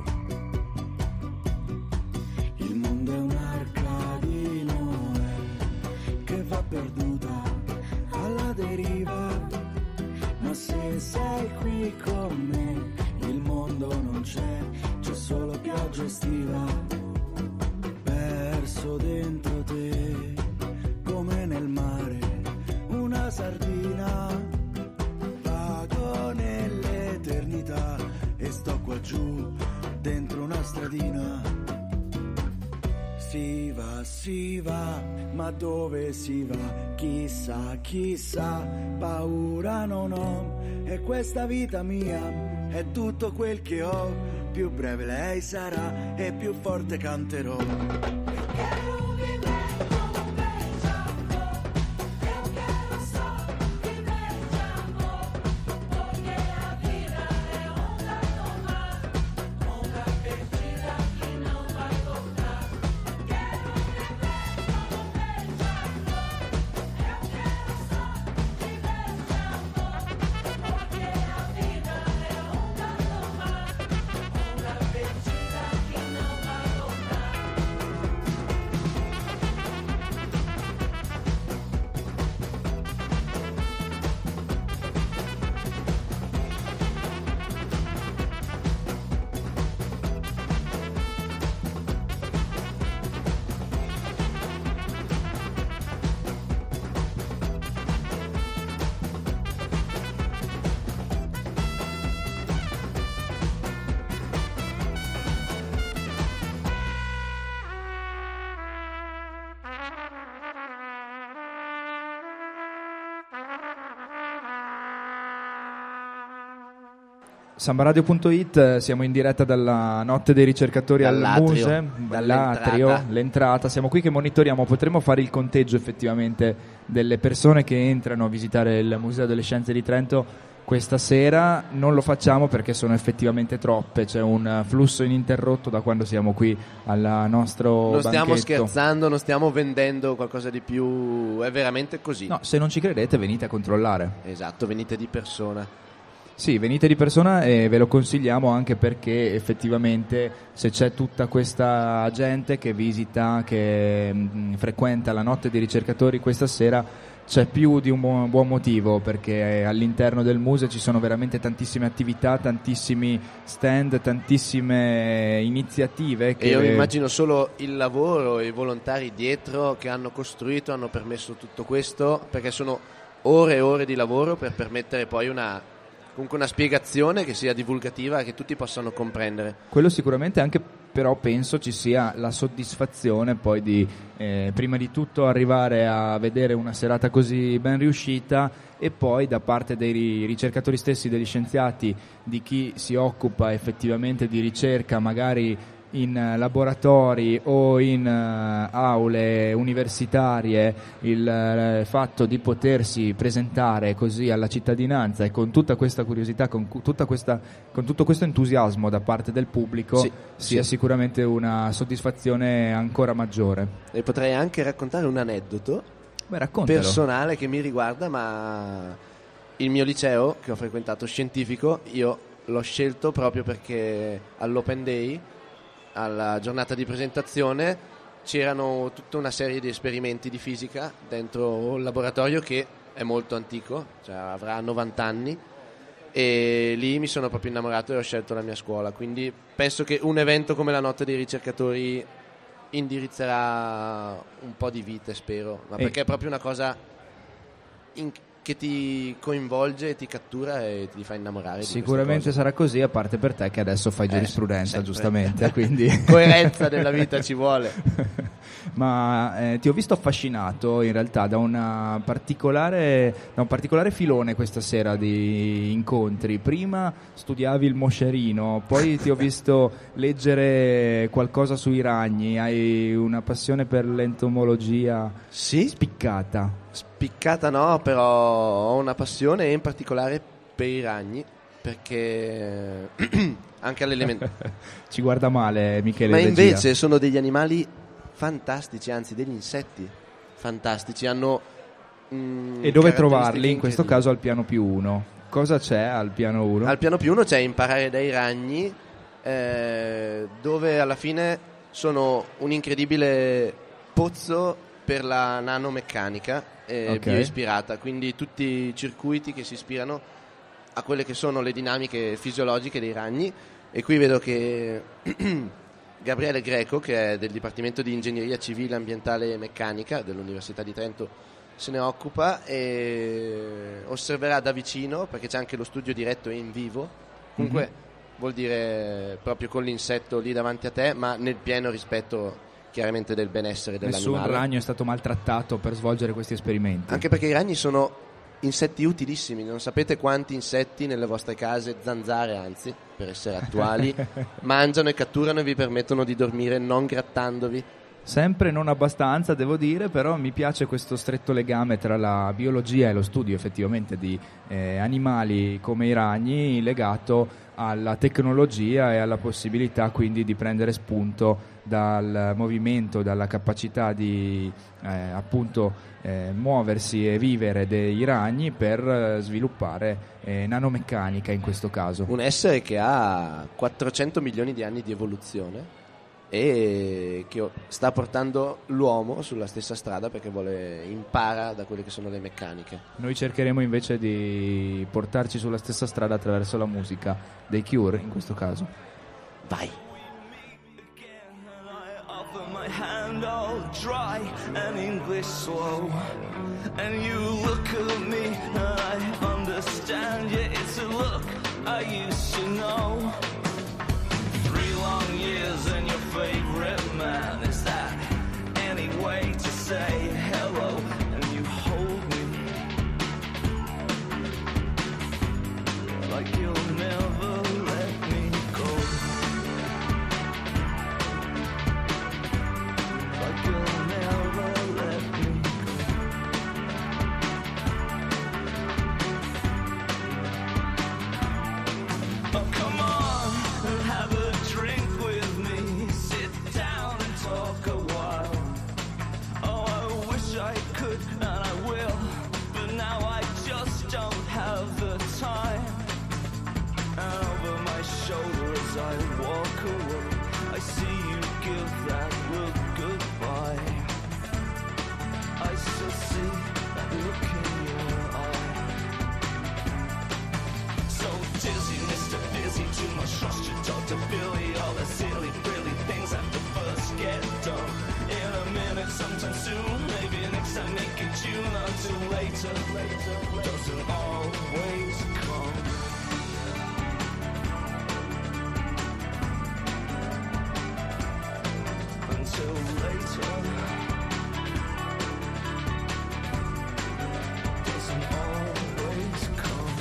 Il mondo è un'arca di Noè che va perduta alla deriva, ma se sei qui con me il mondo non c'è, c'è solo pioggia estiva. Perso dentro te come nel mare una sardina, vado nell'eternità e sto qua giù dentro una stradina. Si va, si va, ma dove si va? Chissà, chissà, paura non ho, e questa vita mia è tutto quel che ho. Più breve lei sarà e più forte canterò. Sambaradio punto it, siamo in diretta dalla notte dei ricercatori Dall'atrio. al Muse, Dall'entrata. dall'atrio, l'entrata, siamo qui che monitoriamo, potremmo fare il conteggio effettivamente delle persone che entrano a visitare il Museo delle Scienze di Trento questa sera, non lo facciamo perché sono effettivamente troppe, c'è un flusso ininterrotto da quando siamo qui al nostro Non stiamo banchetto. scherzando, non stiamo vendendo qualcosa di più, è veramente così. No, se non ci credete venite a controllare. Esatto, venite di persona. Sì, venite di persona e ve lo consigliamo anche perché effettivamente se c'è tutta questa gente che visita, che mh, frequenta la notte dei ricercatori questa sera, c'è più di un buon, buon motivo, perché all'interno del Muse ci sono veramente tantissime attività, tantissimi stand, tantissime iniziative. Che E io immagino solo il lavoro e i volontari dietro che hanno costruito, hanno permesso tutto questo, perché sono ore e ore di lavoro per permettere poi una... comunque una spiegazione che sia divulgativa, che tutti possano comprendere. Quello sicuramente, anche però penso ci sia la soddisfazione poi di eh, prima di tutto arrivare a vedere una serata così ben riuscita e poi da parte dei ricercatori stessi, degli scienziati, di chi si occupa effettivamente di ricerca magari in laboratori o in uh, aule universitarie, il uh, fatto di potersi presentare così alla cittadinanza e con tutta questa curiosità, con, cu- tutta questa, con tutto questo entusiasmo da parte del pubblico, Sì, sia sì. sicuramente una soddisfazione ancora maggiore. E potrei anche raccontare un aneddoto Beh, raccontalo. personale che mi riguarda, ma il mio liceo, che ho frequentato scientifico, io l'ho scelto proprio perché all'Open Day, alla giornata di presentazione, c'erano tutta una serie di esperimenti di fisica dentro un laboratorio che è molto antico, cioè avrà novanta anni, e lì mi sono proprio innamorato e ho scelto la mia scuola. Quindi penso che un evento come la Notte dei ricercatori indirizzerà un po' di vite, spero, ma E- perché è proprio una cosa in- che ti coinvolge, ti cattura e ti fa innamorare. Sicuramente sarà così, a parte per te che adesso fai Eh, giurisprudenza, sempre. giustamente, quindi Coerenza della vita ci vuole. Ma eh, ti ho visto affascinato in realtà da, una particolare, da un particolare filone questa sera di incontri. Prima studiavi il moscerino, poi ti ho visto leggere qualcosa sui ragni, hai una passione per l'entomologia sì? spiccata. Spiccata no, però ho una passione, e in particolare per i ragni, perché anche all'elementare. Ci guarda male Michele Ma regia. invece sono degli animali fantastici, anzi degli insetti fantastici. Hanno mm, E dove caratteristiche trovarli? In questo incredibili. caso al piano più uno. Cosa c'è al piano uno? Al piano più uno c'è imparare dai ragni, eh, dove alla fine sono un incredibile pozzo per la nanomeccanica eh, Ok. bioispirata, quindi tutti i circuiti che si ispirano a quelle che sono le dinamiche fisiologiche dei ragni. E qui vedo che Gabriele Greco, che è del Dipartimento di Ingegneria Civile, Ambientale e Meccanica dell'Università di Trento, se ne occupa e osserverà da vicino, perché c'è anche lo studio diretto e in vivo. Comunque Mhm. vuol dire proprio con l'insetto lì davanti a te, ma nel pieno rispetto chiaramente del benessere dell'animale. Nessun ragno è stato maltrattato per svolgere questi esperimenti. Anche perché i ragni sono insetti utilissimi, non sapete quanti insetti nelle vostre case, zanzare anzi, per essere attuali, mangiano e catturano e vi permettono di dormire non grattandovi. Sempre non abbastanza, devo dire, però mi piace questo stretto legame tra la biologia e lo studio effettivamente di eh, animali come i ragni, legato alla tecnologia e alla possibilità quindi di prendere spunto dal movimento, dalla capacità di eh, appunto eh, muoversi e vivere dei ragni per eh, sviluppare eh, nanomeccanica in questo caso. Un essere che ha quattrocento milioni di anni di evoluzione e che sta portando l'uomo sulla stessa strada, perché vuole impara da quelle che sono le meccaniche. Noi cercheremo invece di portarci sulla stessa strada attraverso la musica dei Cure in questo caso. Vai! My hand all dry and English slow, and you look at me and I understand. Yeah, it's a look I used to know. Three long years and your favorite man. Is that any way to say hello? And you hold me like you'll never let me go. You'll never let me go. Oh, come on and have a drink with me. Sit down and talk a while. Oh, I wish I could and I will, but now I just don't have the time. And over my shoulder as I walk away, I see you give that look goodbye. I still see that look in your eye. So dizzy, Mister Busy, too much trust you talk to Billy. All the silly, frilly things have to first get done. In a minute, sometime soon, maybe next time make it June. Until later, later doesn't always come. Until later doesn't always come.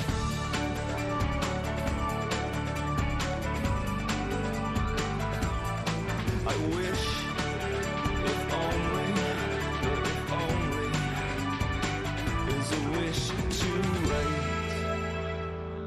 I wish, if only, if only is a wish too late.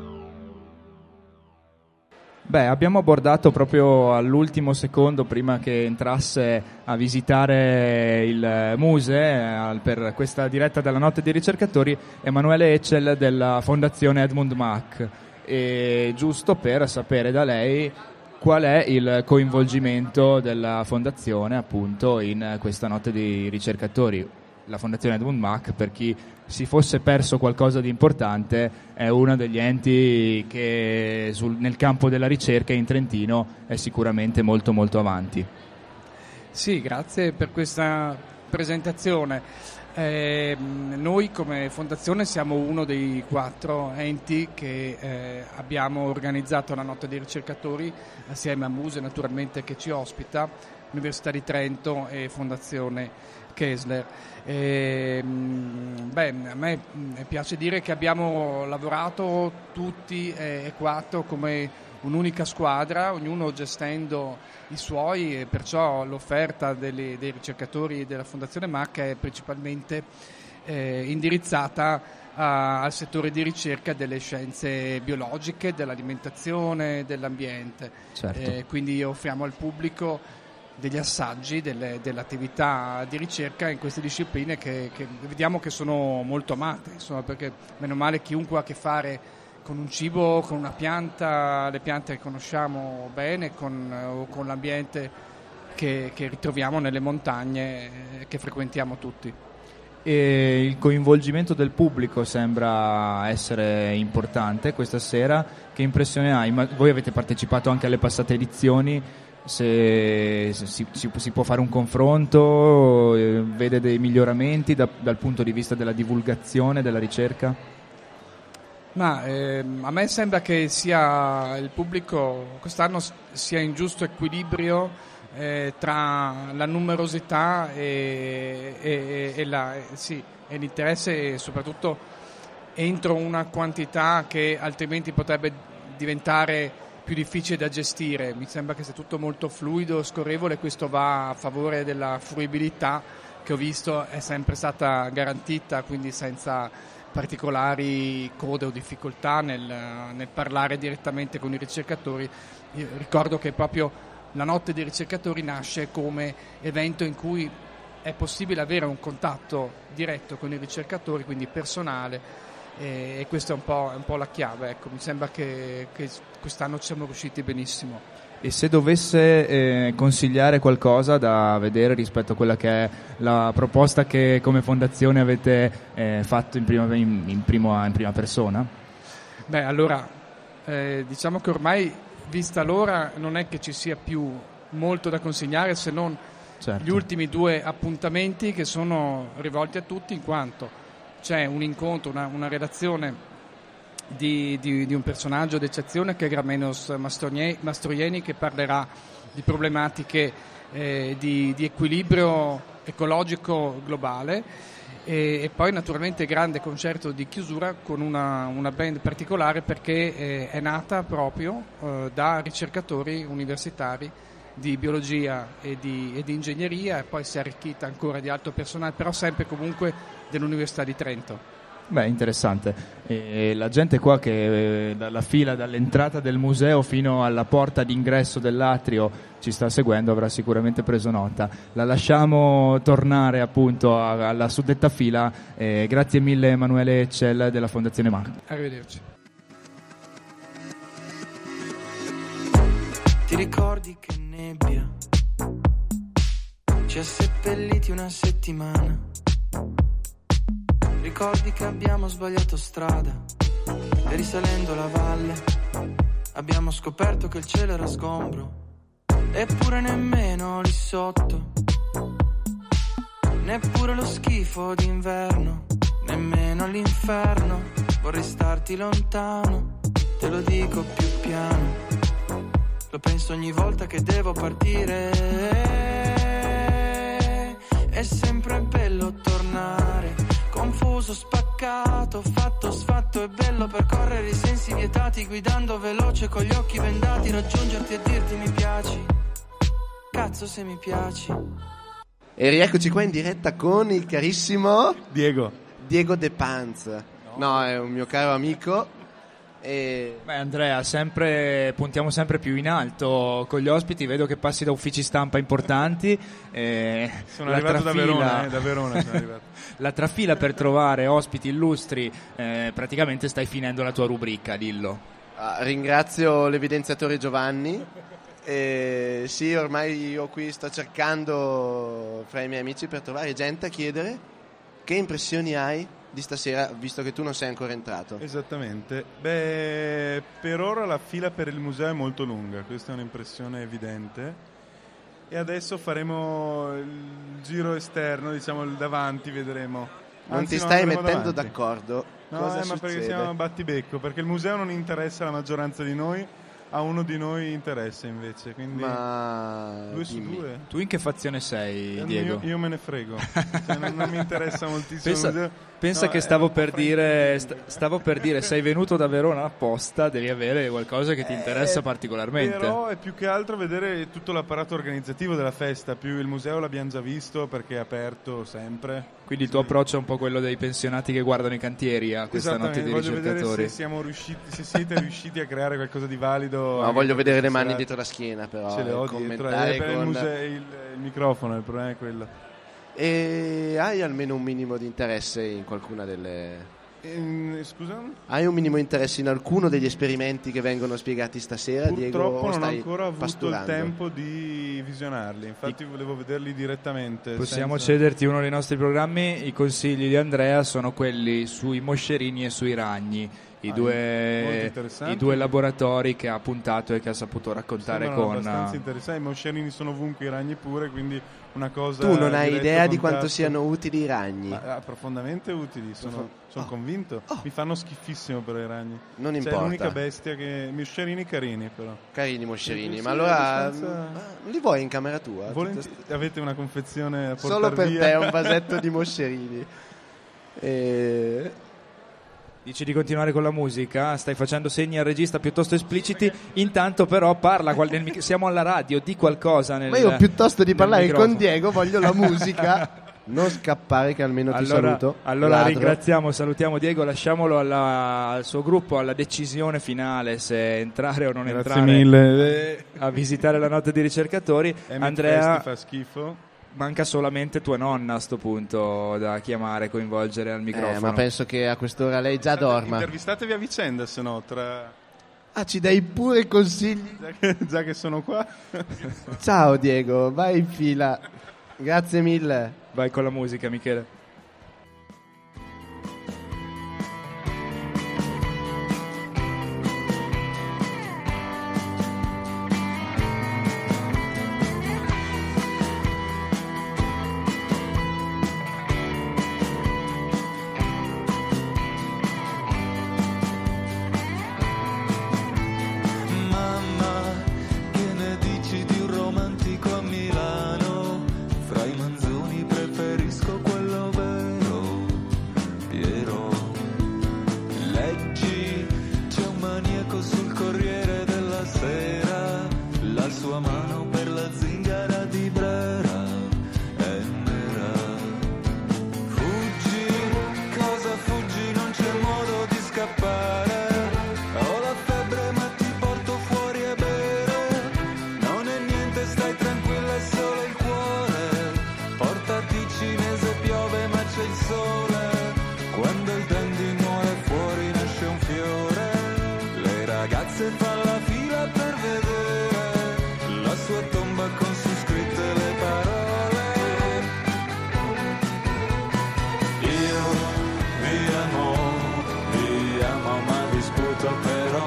Beh, abbiamo abordato proprio all'ultimo secondo, prima che entrasse a visitare il Muse, eh, per questa diretta della Notte dei Ricercatori, Emanuele Ecel della Fondazione Edmund Mack. E giusto per sapere da lei qual è il coinvolgimento della Fondazione appunto in questa Notte dei Ricercatori. La Fondazione Edmund Mack, per chi si fosse perso qualcosa di importante, è uno degli enti che sul, nel campo della ricerca in Trentino è sicuramente molto molto avanti. Sì, grazie per questa presentazione. Eh, noi come Fondazione siamo uno dei quattro enti che eh, abbiamo organizzato la Notte dei Ricercatori assieme a Muse, naturalmente, che ci ospita, Università di Trento e Fondazione Kessler. E, beh, a me piace dire che abbiamo lavorato tutti e quattro come un'unica squadra, ognuno gestendo i suoi, e perciò l'offerta delle, dei ricercatori della Fondazione Mack è principalmente eh, indirizzata a, al settore di ricerca delle scienze biologiche, dell'alimentazione, dell'ambiente. Certo. Eh, quindi offriamo al pubblico degli assaggi delle, dell'attività di ricerca in queste discipline che, che vediamo che sono molto amate, insomma, perché meno male chiunque ha a che fare con un cibo, con una pianta, le piante che conosciamo bene, con, o con l'ambiente che, che ritroviamo nelle montagne eh, che frequentiamo tutti. E il coinvolgimento del pubblico sembra essere importante questa sera. Che impressione hai? Ma voi avete partecipato anche alle passate edizioni? Se, se si, si, si può fare un confronto, eh, vede dei miglioramenti da, dal punto di vista della divulgazione, della ricerca? Ma ehm, a me sembra che sia il pubblico quest'anno sia in giusto equilibrio eh, tra la numerosità e, e, e, la, e, sì, e l'interesse, e soprattutto entro una quantità che altrimenti potrebbe diventare più difficile da gestire. Mi sembra che sia tutto molto fluido, scorrevole, questo va a favore della fruibilità che ho visto è sempre stata garantita, quindi senza particolari code o difficoltà nel, nel parlare direttamente con i ricercatori. Io ricordo che proprio la Notte dei Ricercatori nasce come evento in cui è possibile avere un contatto diretto con i ricercatori, quindi personale, e questo è un po', è un po' la chiave. Ecco, mi sembra che, che quest'anno ci siamo riusciti benissimo. E se dovesse eh, consigliare qualcosa da vedere rispetto a quella che è la proposta che come fondazione avete eh, fatto in prima, in, in, primo, in prima persona? Beh, allora, eh, diciamo che ormai, vista l'ora, non è che ci sia più molto da consigliare, se non certo. Gli ultimi due appuntamenti che sono rivolti a tutti, in quanto c'è un incontro, una, una redazione di, di, di un personaggio d'eccezione che è Gramenos Mastroianni, che parlerà di problematiche eh, di, di equilibrio ecologico globale, e, e poi naturalmente grande concerto di chiusura con una, una band particolare, perché eh, è nata proprio eh, da ricercatori universitari di biologia e di, e di ingegneria, e poi si è arricchita ancora di altro personale, però sempre comunque dell'Università di Trento. Beh, interessante. E la gente qua che dalla fila, dall'entrata del museo fino alla porta d'ingresso dell'atrio ci sta seguendo, avrà sicuramente preso nota. La lasciamo tornare appunto alla suddetta fila. Eh, grazie mille Emanuele Ecel della Fondazione Mack. Arrivederci. Ti ricordi che nebbia ci ha seppelliti una settimana? Ricordi che abbiamo sbagliato strada e risalendo la valle abbiamo scoperto che il cielo era sgombro, eppure nemmeno lì sotto, neppure lo schifo d'inverno, nemmeno l'inferno. Vorrei starti lontano, te lo dico più piano, lo penso ogni volta che devo partire. È sempre bello tornare, confuso, spaccato, fatto, sfatto. È bello percorrere i sensi vietati, guidando veloce con gli occhi vendati, raggiungerti e dirti mi piaci, cazzo se mi piaci. E rieccoci qua in diretta con il carissimo Diego Diego De Panz. No, è un mio caro amico E... Beh, Andrea, sempre, puntiamo sempre più in alto con gli ospiti. Vedo che passi da uffici stampa importanti. Eh, sono la arrivato da trafila- Verona, eh, da Verona sono arrivato. La trafila per trovare ospiti illustri, eh, praticamente stai finendo la tua rubrica, dillo. Ah, ringrazio l'evidenziatore Giovanni. E sì, ormai io qui sto cercando fra i miei amici per trovare gente a chiedere che impressioni hai di stasera, visto che tu non sei ancora entrato. Esattamente. Beh, per ora la fila per il museo è molto lunga, questa è un'impressione evidente. E adesso faremo il giro esterno, diciamo il davanti, vedremo. Non Anzi, ti no, stai andremo mettendo davanti. d'accordo? No, Cosa eh, ma perché succede? siamo a battibecco, perché il museo non interessa la maggioranza di noi, a uno di noi interessa invece, quindi Ma due su dimmi. due. Tu in che fazione sei, Eh, Diego? Io, io me ne frego, cioè, non, non mi interessa moltissimo. Pensa, il museo. pensa No, che è stavo un po' per dire, sta- stavo per dire, sei venuto da Verona apposta, devi avere qualcosa che ti interessa Eh, particolarmente. Però è più che altro vedere tutto l'apparato organizzativo della festa, più il museo l'abbiamo già visto perché è aperto sempre. Quindi il tuo approccio è un po' quello dei pensionati che guardano i cantieri a questa notte di voglio vedere ricercatori. se siamo riusciti, se siete riusciti a creare qualcosa di valido. No, anche voglio per vedere le questa mani serata. dietro la schiena, però. Ce le ho e dietro, commentare eh, per il, con- museo, il, il microfono, il problema è quello. E hai almeno un minimo di interesse in qualcuna delle... Ehm, scusa? Hai un minimo interesse in alcuno degli esperimenti che vengono spiegati stasera, Diego? Purtroppo o non ho stai ancora avuto pasturando? il tempo di visionarli, infatti volevo vederli direttamente. Possiamo senza- cederti uno dei nostri programmi. I consigli di Andrea sono quelli sui moscerini e sui ragni, i, Ah, molto due, interessanti. i due laboratori che ha puntato e che ha saputo raccontare Sembrano con... abbastanza interessanti. I moscerini sono ovunque, i ragni pure, quindi una cosa. Tu non hai diretto idea di quanto contatto. siano utili i ragni? Ma, ah, profondamente utili, sono, sono convinto. Mi fanno schifissimo però i ragni. Non Cioè, importa. è l'unica bestia che. Moscerini carini però. Carini moscerini, Sì, ma sì, allora abbastanza- mm, li vuoi in camera tua? Volenti- avete una confezione a portar Solo per via? te un vasetto di moscerini. E... Dici di continuare con la musica? Stai facendo segni al regista piuttosto espliciti. Intanto però parla, qual- nel mic- siamo alla radio, di qualcosa nel Ma io piuttosto di nel parlare microfono. con Diego voglio la musica. Non scappare che almeno ti Allora, saluto. allora Ladro. ringraziamo, salutiamo Diego, lasciamolo alla- al suo gruppo, alla decisione finale se entrare o non Grazie entrare mille. a visitare la notte dei ricercatori. Emmet Andrea, Festi fa schifo. manca solamente tua nonna a sto punto da chiamare, coinvolgere al microfono. Eh, ma penso che a quest'ora lei già dorma. Intervistatevi a vicenda, se no, tra. Ah, ci dai pure consigli? Già che, già che sono qua. Ciao Diego, vai in fila. Grazie mille. Vai con la musica, Michele. Mamma, che ne dici di un romantico a Milano? Fra i manzoni preferisco quello vero, Piero. Leggi, c'è un maniaco sul Corriere della Sera, la sua mano per la zingara di Brera è nera. Fuggi, cosa fuggi? Non c'è modo di scappare. Ho la febbre ma ti porto fuori a bere. Non è niente, stai tranquilla, è solo il cuore. Portati cinese, piove ma c'è il sole. Quando il dandy muore fuori nasce un fiore. Le ragazze fanno la fila per vedere la sua tomba con su scritte le parole. Io vi amo, vi amo ma vi sputo però.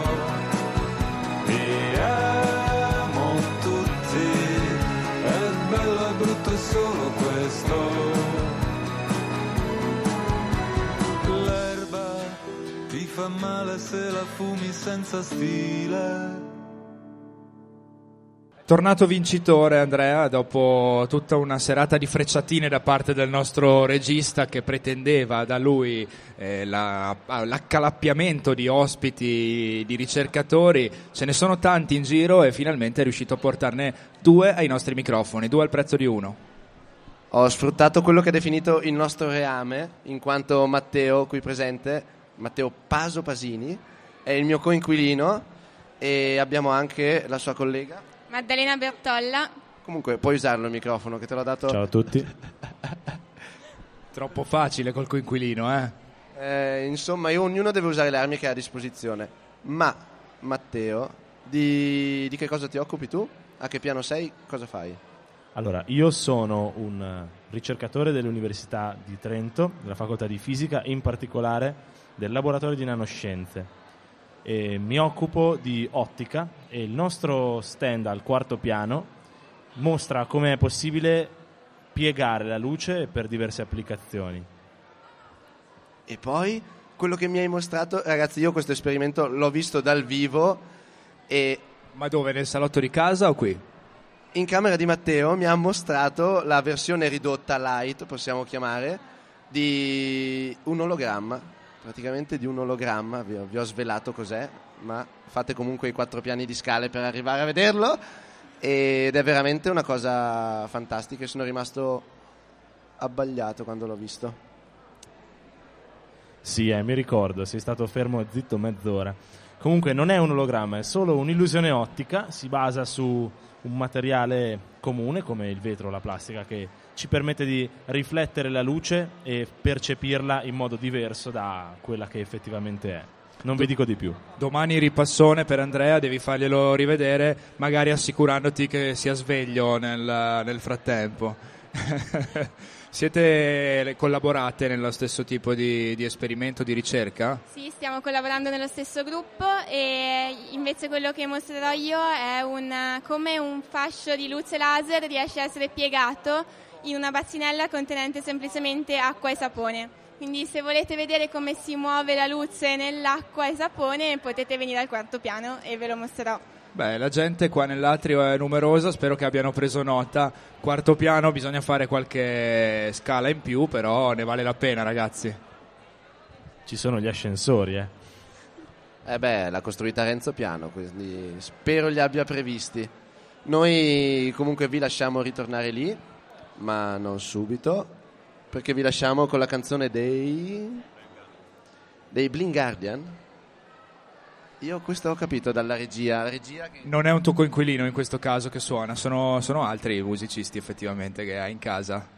Vi amo tutti, è bello e brutto è solo questo. L'erba ti fa male se la fumi senza stile. Tornato vincitore Andrea, dopo tutta una serata di frecciatine da parte del nostro regista che pretendeva da lui eh, la- l'accalappiamento di ospiti, di ricercatori, ce ne sono tanti in giro e finalmente è riuscito a portarne due ai nostri microfoni, due al prezzo di uno. Ho sfruttato quello che è definito il nostro reame, in quanto Matteo, qui presente, Matteo Paso Pasini, è il mio coinquilino, e abbiamo anche la sua collega. Maddalena Bertolla. Comunque puoi usarlo il microfono che te l'ho dato. Ciao a tutti. Troppo facile col coinquilino, eh? Eh, insomma, io, ognuno deve usare le armi che ha a disposizione. Ma, Matteo, di, di che cosa ti occupi tu? A che piano sei? Cosa fai? Allora, io sono un ricercatore dell'Università di Trento, della Facoltà di Fisica, e in particolare del laboratorio di nanoscienze. E mi occupo di ottica, e il nostro stand al quarto piano mostra come è possibile piegare la luce per diverse applicazioni. E poi quello che mi hai mostrato, ragazzi, io questo esperimento l'ho visto dal vivo. E ma dove? Nel salotto di casa o qui? In camera di Matteo mi ha mostrato la versione ridotta light, possiamo chiamare, di un ologramma, praticamente di un ologramma. Vi ho, vi ho svelato cos'è, ma fate comunque i quattro piani di scale per arrivare a vederlo. Ed è veramente una cosa fantastica, sono rimasto abbagliato quando l'ho visto. Sì, eh, mi ricordo, sei stato fermo zitto mezz'ora. Comunque non è un ologramma, è solo un'illusione ottica, si basa su un materiale comune come il vetro o la plastica che ci permette di riflettere la luce e percepirla in modo diverso da quella che effettivamente è. Non vi dico di più. Domani ripassone per Andrea, devi farglielo rivedere, magari assicurandoti che sia sveglio nel, nel frattempo. Siete collaborate nello stesso tipo di, di esperimento, di ricerca? Sì, stiamo collaborando nello stesso gruppo, e invece quello che mostrerò io è un, come un fascio di luce laser riesce a essere piegato in una bacinella contenente semplicemente acqua e sapone. Quindi se volete vedere come si muove la luce nell'acqua e sapone, potete venire al quarto piano e ve lo mostrerò. Beh, la gente qua nell'atrio è numerosa, spero che abbiano preso nota. Quarto piano, bisogna fare qualche scala in più, però ne vale la pena, ragazzi. Ci sono gli ascensori, eh. Eh beh, l'ha costruita Renzo Piano, quindi spero li abbia previsti. Noi comunque vi lasciamo ritornare lì, ma non subito, perché vi lasciamo con la canzone dei dei Blind Guardian. Io questo ho capito dalla regia, la regia che... Non è un tuo coinquilino in questo caso che suona, sono, sono altri musicisti effettivamente che hai in casa.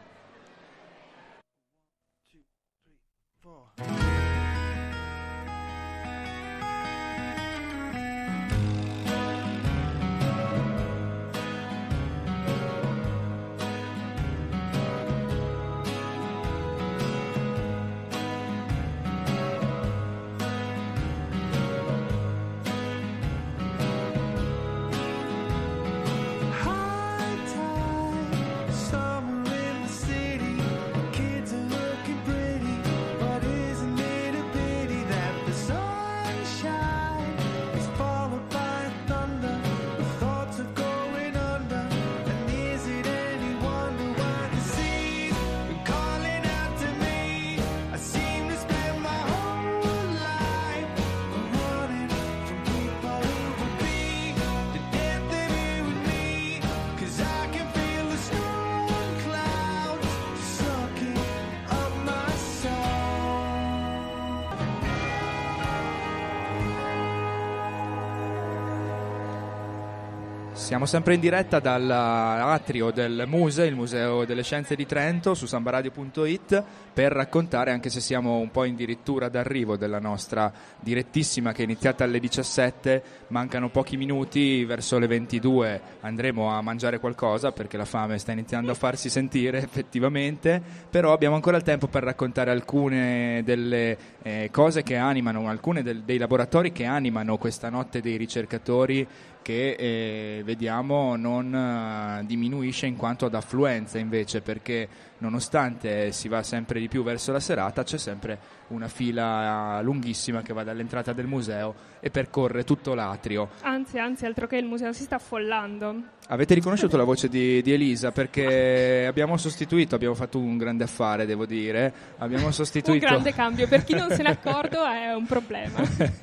Siamo sempre in diretta dall'atrio del Muse, il Museo delle Scienze di Trento, su sambaradio punto it, per raccontare, anche se siamo un po' addirittura d'arrivo della nostra direttissima che è iniziata alle diciassette, mancano pochi minuti, verso le ventidue andremo a mangiare qualcosa perché la fame sta iniziando a farsi sentire effettivamente, però abbiamo ancora il tempo per raccontare alcune delle eh, cose che animano, alcune del, dei laboratori che animano questa notte dei ricercatori, che eh, vediamo non uh, diminuisce in quanto ad affluenza invece, perché nonostante si va sempre di più verso la serata c'è sempre una fila lunghissima che va dall'entrata del museo e percorre tutto l'atrio. Anzi, anzi, altro che il museo si sta affollando. Avete riconosciuto la voce di, di Elisa, perché abbiamo sostituito, abbiamo fatto un grande affare, devo dire, abbiamo sostituito... Un grande cambio, per chi non se n'è accorto è un problema.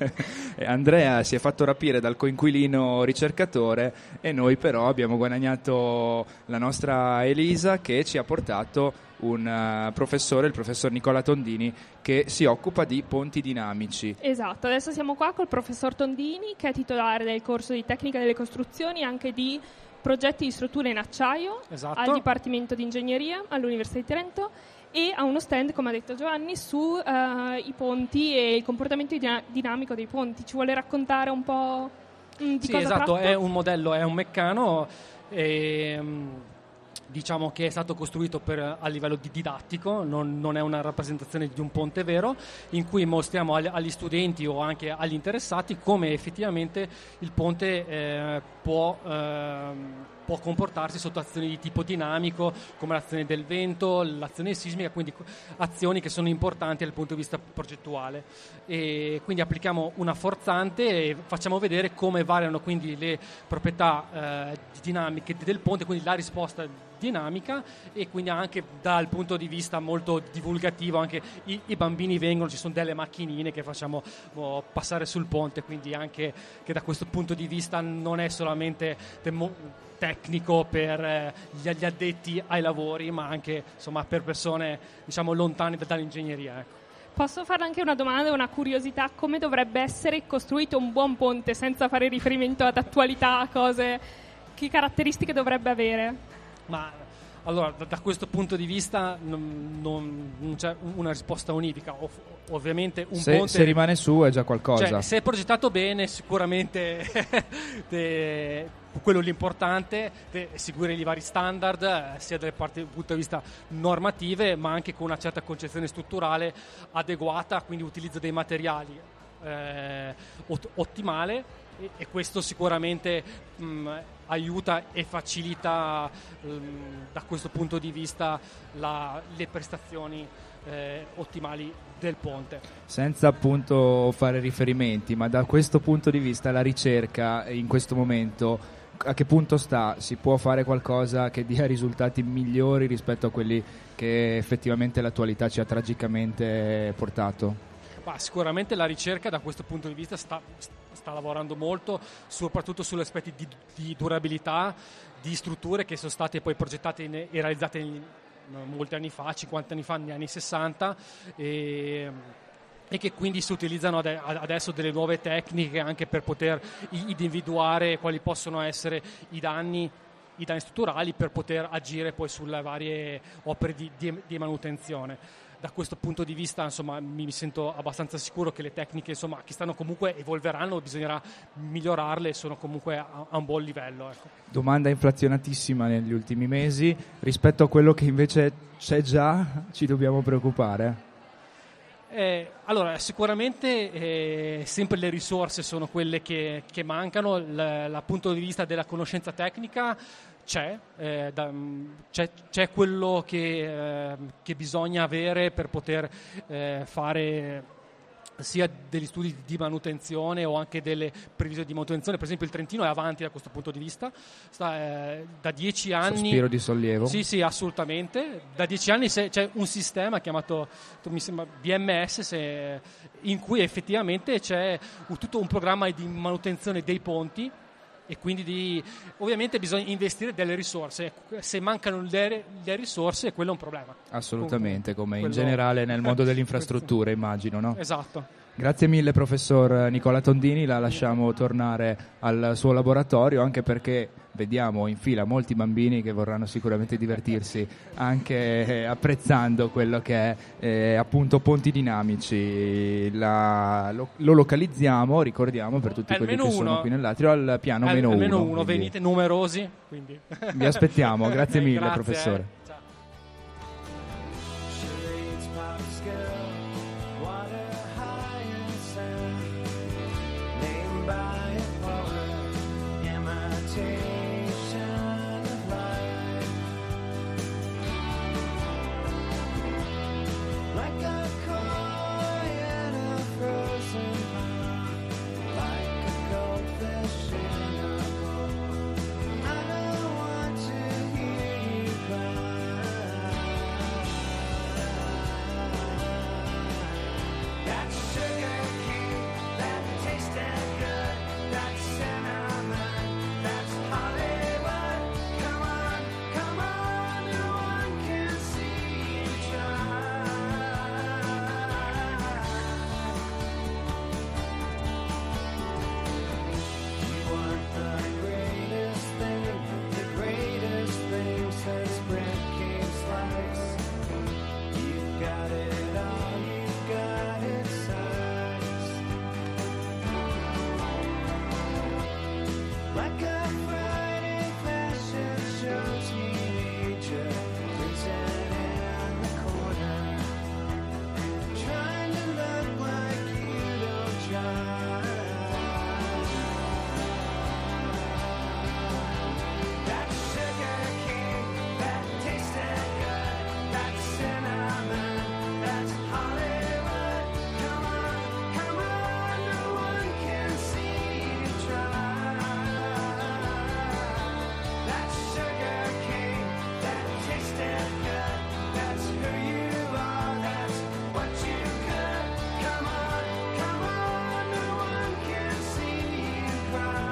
Andrea si è fatto rapire dal coinquilino ricercatore e noi però abbiamo guadagnato la nostra Elisa, che ci ha portato proprio un uh, professore, il professor Nicola Tondini, che si occupa di ponti dinamici. Esatto, adesso siamo qua col professor Tondini, che è titolare del corso di tecnica delle costruzioni e anche di progetti di strutture in acciaio Esatto. al Dipartimento di Ingegneria all'Università di Trento, e ha uno stand, come ha detto Giovanni, su uh, i ponti e il comportamento dina- dinamico dei ponti. Ci vuole raccontare un po' mm, di Sì, cosa esatto, tratta? è un modello, è un meccano, e, mm, diciamo che è stato costruito per, a livello di didattico, non, non è una rappresentazione di un ponte vero, in cui mostriamo agli, agli studenti o anche agli interessati come effettivamente il ponte eh, può, eh, può comportarsi sotto azioni di tipo dinamico, come l'azione del vento, l'azione sismica, quindi azioni che sono importanti dal punto di vista progettuale. E quindi applichiamo una forzante e facciamo vedere come variano quindi le proprietà eh, dinamiche del ponte, quindi la risposta dinamica, e quindi anche dal punto di vista molto divulgativo anche i, i bambini vengono, ci sono delle macchinine che facciamo oh, passare sul ponte, quindi anche che da questo punto di vista non è solamente temo- tecnico per eh, gli, gli addetti ai lavori, ma anche insomma per persone diciamo lontane dall'ingegneria, ecco. Posso farle anche una domanda, una curiosità: come dovrebbe essere costruito un buon ponte senza fare riferimento ad attualità, a cose, che caratteristiche dovrebbe avere? Ma allora, da, da questo punto di vista non, non, non c'è una risposta unifica. Ov- ovviamente un se, ponte, se rimane su è già qualcosa. Cioè, se è progettato bene, sicuramente te, quello l'importante è seguire i vari standard, eh, sia dal punto di vista normative, ma anche con una certa concezione strutturale adeguata, quindi utilizzo dei materiali eh, ot- ottimale, e, e questo sicuramente mh, aiuta e facilita mh, da questo punto di vista la, le prestazioni eh, ottimali del ponte. Senza appunto fare riferimenti, ma da questo punto di vista la ricerca in questo momento a che punto sta? Si può fare qualcosa che dia risultati migliori rispetto a quelli che effettivamente l'attualità ci ha tragicamente portato? Ma sicuramente la ricerca da questo punto di vista sta, sta lavorando molto, soprattutto sugli aspetti di, di durabilità, di strutture che sono state poi progettate in, e realizzate in, molti anni fa, cinquanta anni fa, negli anni sessanta, e, e che quindi si utilizzano ade- adesso delle nuove tecniche anche per poter individuare quali possono essere i danni i danni strutturali, per poter agire poi sulle varie opere di, di, di manutenzione. Da questo punto di vista, insomma, mi sento abbastanza sicuro che le tecniche, insomma, che stanno comunque evolveranno, bisognerà migliorarle, sono comunque a, a un buon livello, ecco. Domanda inflazionatissima negli ultimi mesi, rispetto a quello che invece c'è già, ci dobbiamo preoccupare? Eh, allora, sicuramente eh, sempre le risorse sono quelle che, che mancano, l- dal punto di vista della conoscenza tecnica c'è, eh, da, c'è, c'è quello che, eh, che bisogna avere per poter eh, fare sia degli studi di manutenzione o anche delle previsioni di manutenzione. Per esempio il Trentino è avanti da questo punto di vista, sta, eh, da dieci anni. Sospiro di sollievo. Sì, sì, assolutamente. Da dieci anni se, c'è un sistema chiamato, mi sembra, B M S, se, in cui effettivamente c'è un, tutto un programma di manutenzione dei ponti, e quindi di, ovviamente bisogna investire delle risorse. Se mancano le, le risorse, quello è un problema. Assolutamente, come in quello... generale nel mondo delle infrastrutture, immagino, no? Esatto. Grazie mille professor Nicola Tondini, la lasciamo tornare al suo laboratorio, anche perché vediamo in fila molti bambini che vorranno sicuramente divertirsi anche eh, apprezzando quello che è eh, appunto ponti dinamici. La, lo, lo localizziamo, ricordiamo per tutti quelli che uno. sono qui nell'atrio, al piano Al, meno uno. Almeno uno, quindi venite numerosi. Quindi. Vi aspettiamo, grazie mille Grazie, professore. Eh. Charades, pop scale, water high and sound, named by a poet, imitation of life, like a koi in a frozen pond, like a goldfish in a bowl. I don't want to hear you cry. like a Friday fashion show teenager, crimson in the corner, trying to look like you don't try. That sugar cane, that tasted good, that cinnamon, that's Hollywood. Come on, come on, no one can see you try. That sugar cane, that tasted good, that's who you are, that's what you could. Come on, come on, no one can see you cry.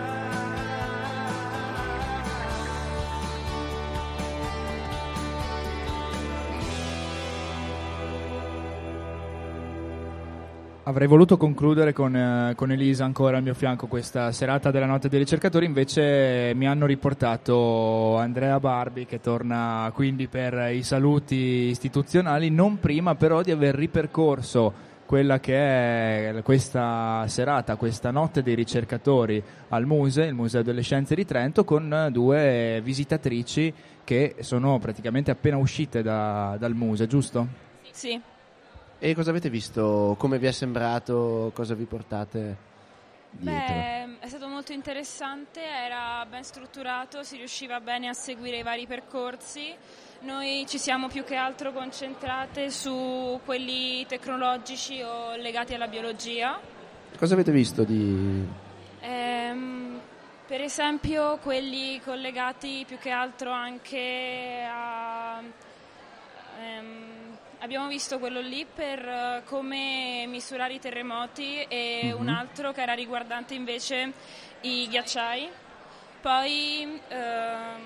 Avrei voluto concludere con, eh, con Elisa ancora al mio fianco questa serata della Notte dei Ricercatori, invece mi hanno riportato Andrea Barbi, che torna quindi per i saluti istituzionali, non prima però di aver ripercorso quella che è questa serata, questa Notte dei Ricercatori al Muse, il Museo delle Scienze di Trento, con due visitatrici che sono praticamente appena uscite da, dal Muse, giusto? Sì. E cosa avete visto? Come vi è sembrato? Cosa vi portate dietro? Beh, è stato molto interessante, era ben strutturato, si riusciva bene a seguire i vari percorsi. Noi ci siamo più che altro concentrate su quelli tecnologici o legati alla biologia. Cosa avete visto di... Ehm, per esempio quelli collegati più che altro anche a... ehm, abbiamo visto quello lì per uh, come misurare i terremoti e Mhm. un altro che era riguardante invece i ghiacciai. Poi ehm,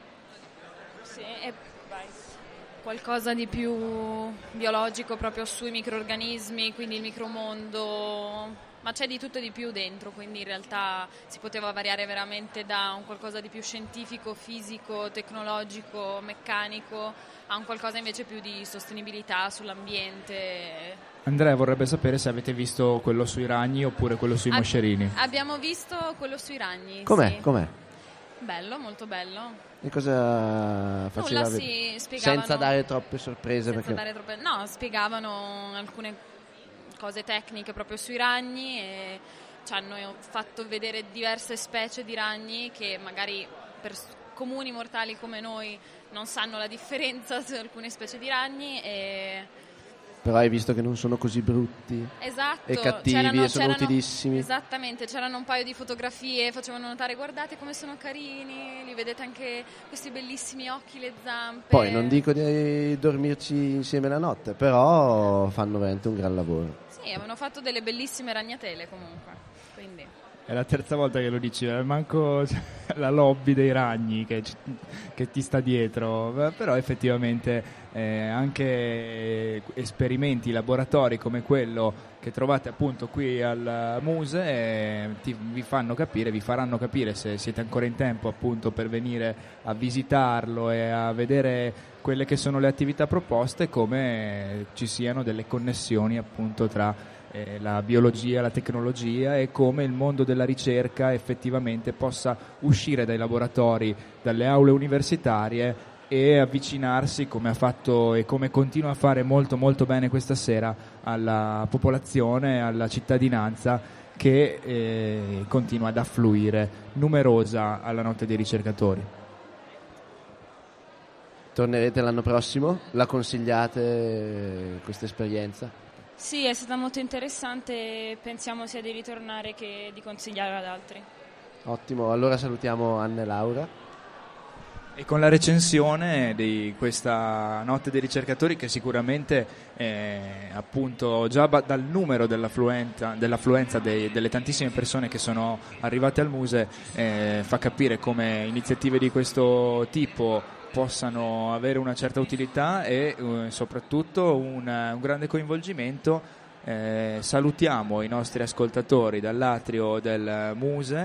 sì, e vai. Qualcosa di più biologico proprio sui microrganismi, quindi il micromondo, ma c'è di tutto e di più dentro, quindi in realtà si poteva variare veramente da un qualcosa di più scientifico, fisico, tecnologico, meccanico, a un qualcosa invece più di sostenibilità sull'ambiente. Andrea vorrebbe sapere se avete visto quello sui ragni oppure quello sui Ab- moscerini. Abbiamo visto quello sui ragni. Com'è? Sì. Com'è? Bello, molto bello. E cosa faceva? Nulla, ved- si spiegavano- Senza dare troppe sorprese. Senza perché... dare troppe... No, spiegavano alcune cose tecniche proprio sui ragni e ci hanno fatto vedere diverse specie di ragni che magari per s- comuni mortali come noi non sanno la differenza su alcune specie di ragni e... Però hai visto che non sono così brutti Esatto, e cattivi c'erano- e sono c'erano- utilissimi. Esattamente, c'erano un paio di fotografie, facevano notare guardate come sono carini, li vedete anche questi bellissimi occhi, le zampe. Poi non dico di dormirci insieme la notte, però fanno veramente un gran lavoro. Sì, avevano fatto delle bellissime ragnatele comunque, quindi... È la terza volta che lo dici, eh, manco la lobby dei ragni che, ci- che ti sta dietro, però effettivamente eh, anche esperimenti, laboratori come quello che trovate appunto qui al Muse eh, ti, vi fanno capire, vi faranno capire, se siete ancora in tempo appunto per venire a visitarlo e a vedere quelle che sono le attività proposte, come ci siano delle connessioni appunto tra eh, la biologia, la tecnologia e come il mondo della ricerca effettivamente possa uscire dai laboratori, dalle aule universitarie e avvicinarsi, come ha fatto e come continua a fare molto molto bene questa sera, alla popolazione, alla cittadinanza che eh, continua ad affluire numerosa alla Notte dei Ricercatori. Tornerete l'anno prossimo? La consigliate questa esperienza? Sì, è stata molto interessante e pensiamo sia di ritornare che di consigliare ad altri. Ottimo, allora salutiamo Anna e Laura. E con la recensione di questa Notte dei Ricercatori, che sicuramente eh, appunto già ba- dal numero dell'affluenza, dell'affluenza dei- delle tantissime persone che sono arrivate al Muse eh, fa capire come iniziative di questo tipo possano avere una certa utilità e eh, soprattutto un, un grande coinvolgimento. Eh, salutiamo i nostri ascoltatori dall'atrio del Muse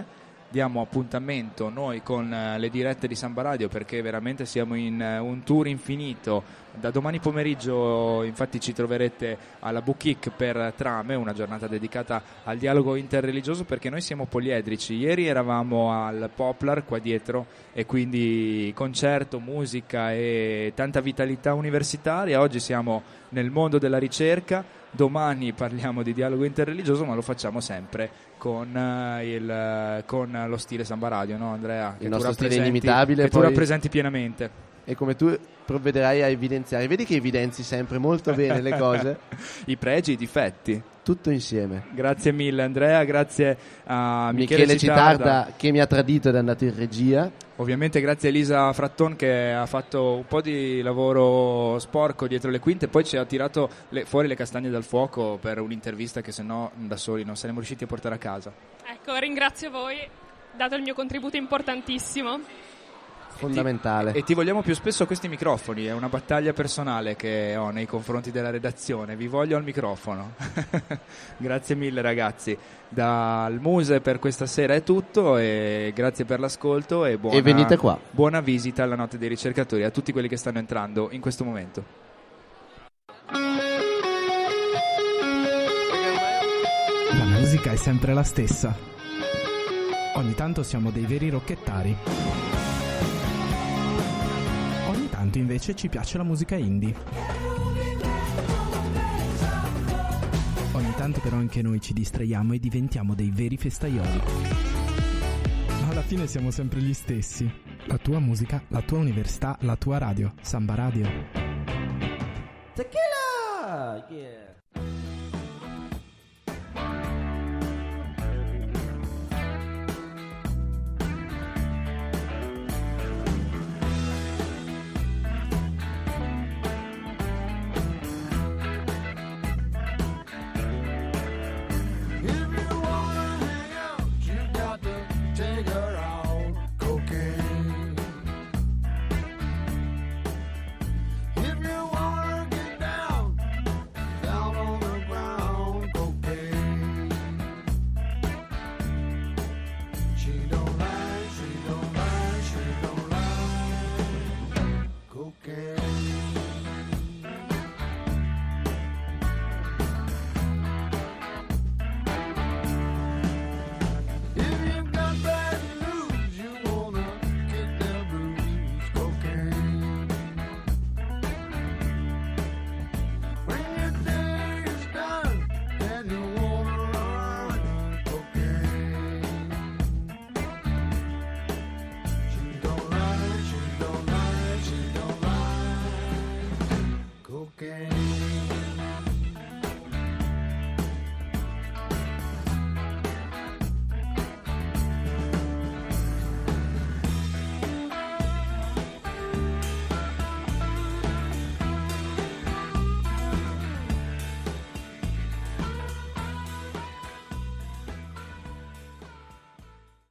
diamo appuntamento noi con eh, le dirette di Samba Radio, perché veramente siamo in eh, un tour infinito. Da domani pomeriggio infatti ci troverete alla Bukik per Trame, una giornata dedicata al dialogo interreligioso, perché noi siamo poliedrici. Ieri eravamo al Poplar qua dietro e quindi concerto, musica e tanta vitalità universitaria. Oggi siamo nel mondo della ricerca, domani parliamo di dialogo interreligioso, ma lo facciamo sempre con, uh, il, con lo stile Samba Radio, no Andrea? Che Il tu nostro stile rappresenti- inimitabile. Che tu poi- rappresenti pienamente. E come tu provvederai a evidenziare, vedi che evidenzi sempre molto bene le cose. I pregi, i difetti. Tutto insieme. Grazie mille Andrea, grazie a Michele, Michele Citarda. Citarda che mi ha tradito ed è andato in regia. Ovviamente grazie a Elisa Fratton che ha fatto un po' di lavoro sporco dietro le quinte, poi ci ha tirato le- fuori le castagne dal fuoco per un'intervista che se no da soli non saremmo riusciti a portare a casa. Ecco, ringrazio voi, dato il mio contributo importantissimo. Fondamentale. E ti vogliamo più spesso a questi microfoni, è una battaglia personale che ho nei confronti della redazione, vi voglio al microfono. Grazie mille ragazzi, dal Muse per questa sera è tutto e grazie per l'ascolto e buona, E venite qua. buona visita alla Notte dei Ricercatori a tutti quelli che stanno entrando in questo momento. La musica è sempre la stessa. Ogni tanto siamo dei veri rocchettari. Ogni tanto invece ci piace la musica indie. Ogni tanto però anche noi ci distraiamo e diventiamo dei veri festaioli. Ma alla fine siamo sempre gli stessi. La tua musica, la tua università, la tua radio. Samba Radio. Tequila! Yeah. Okay.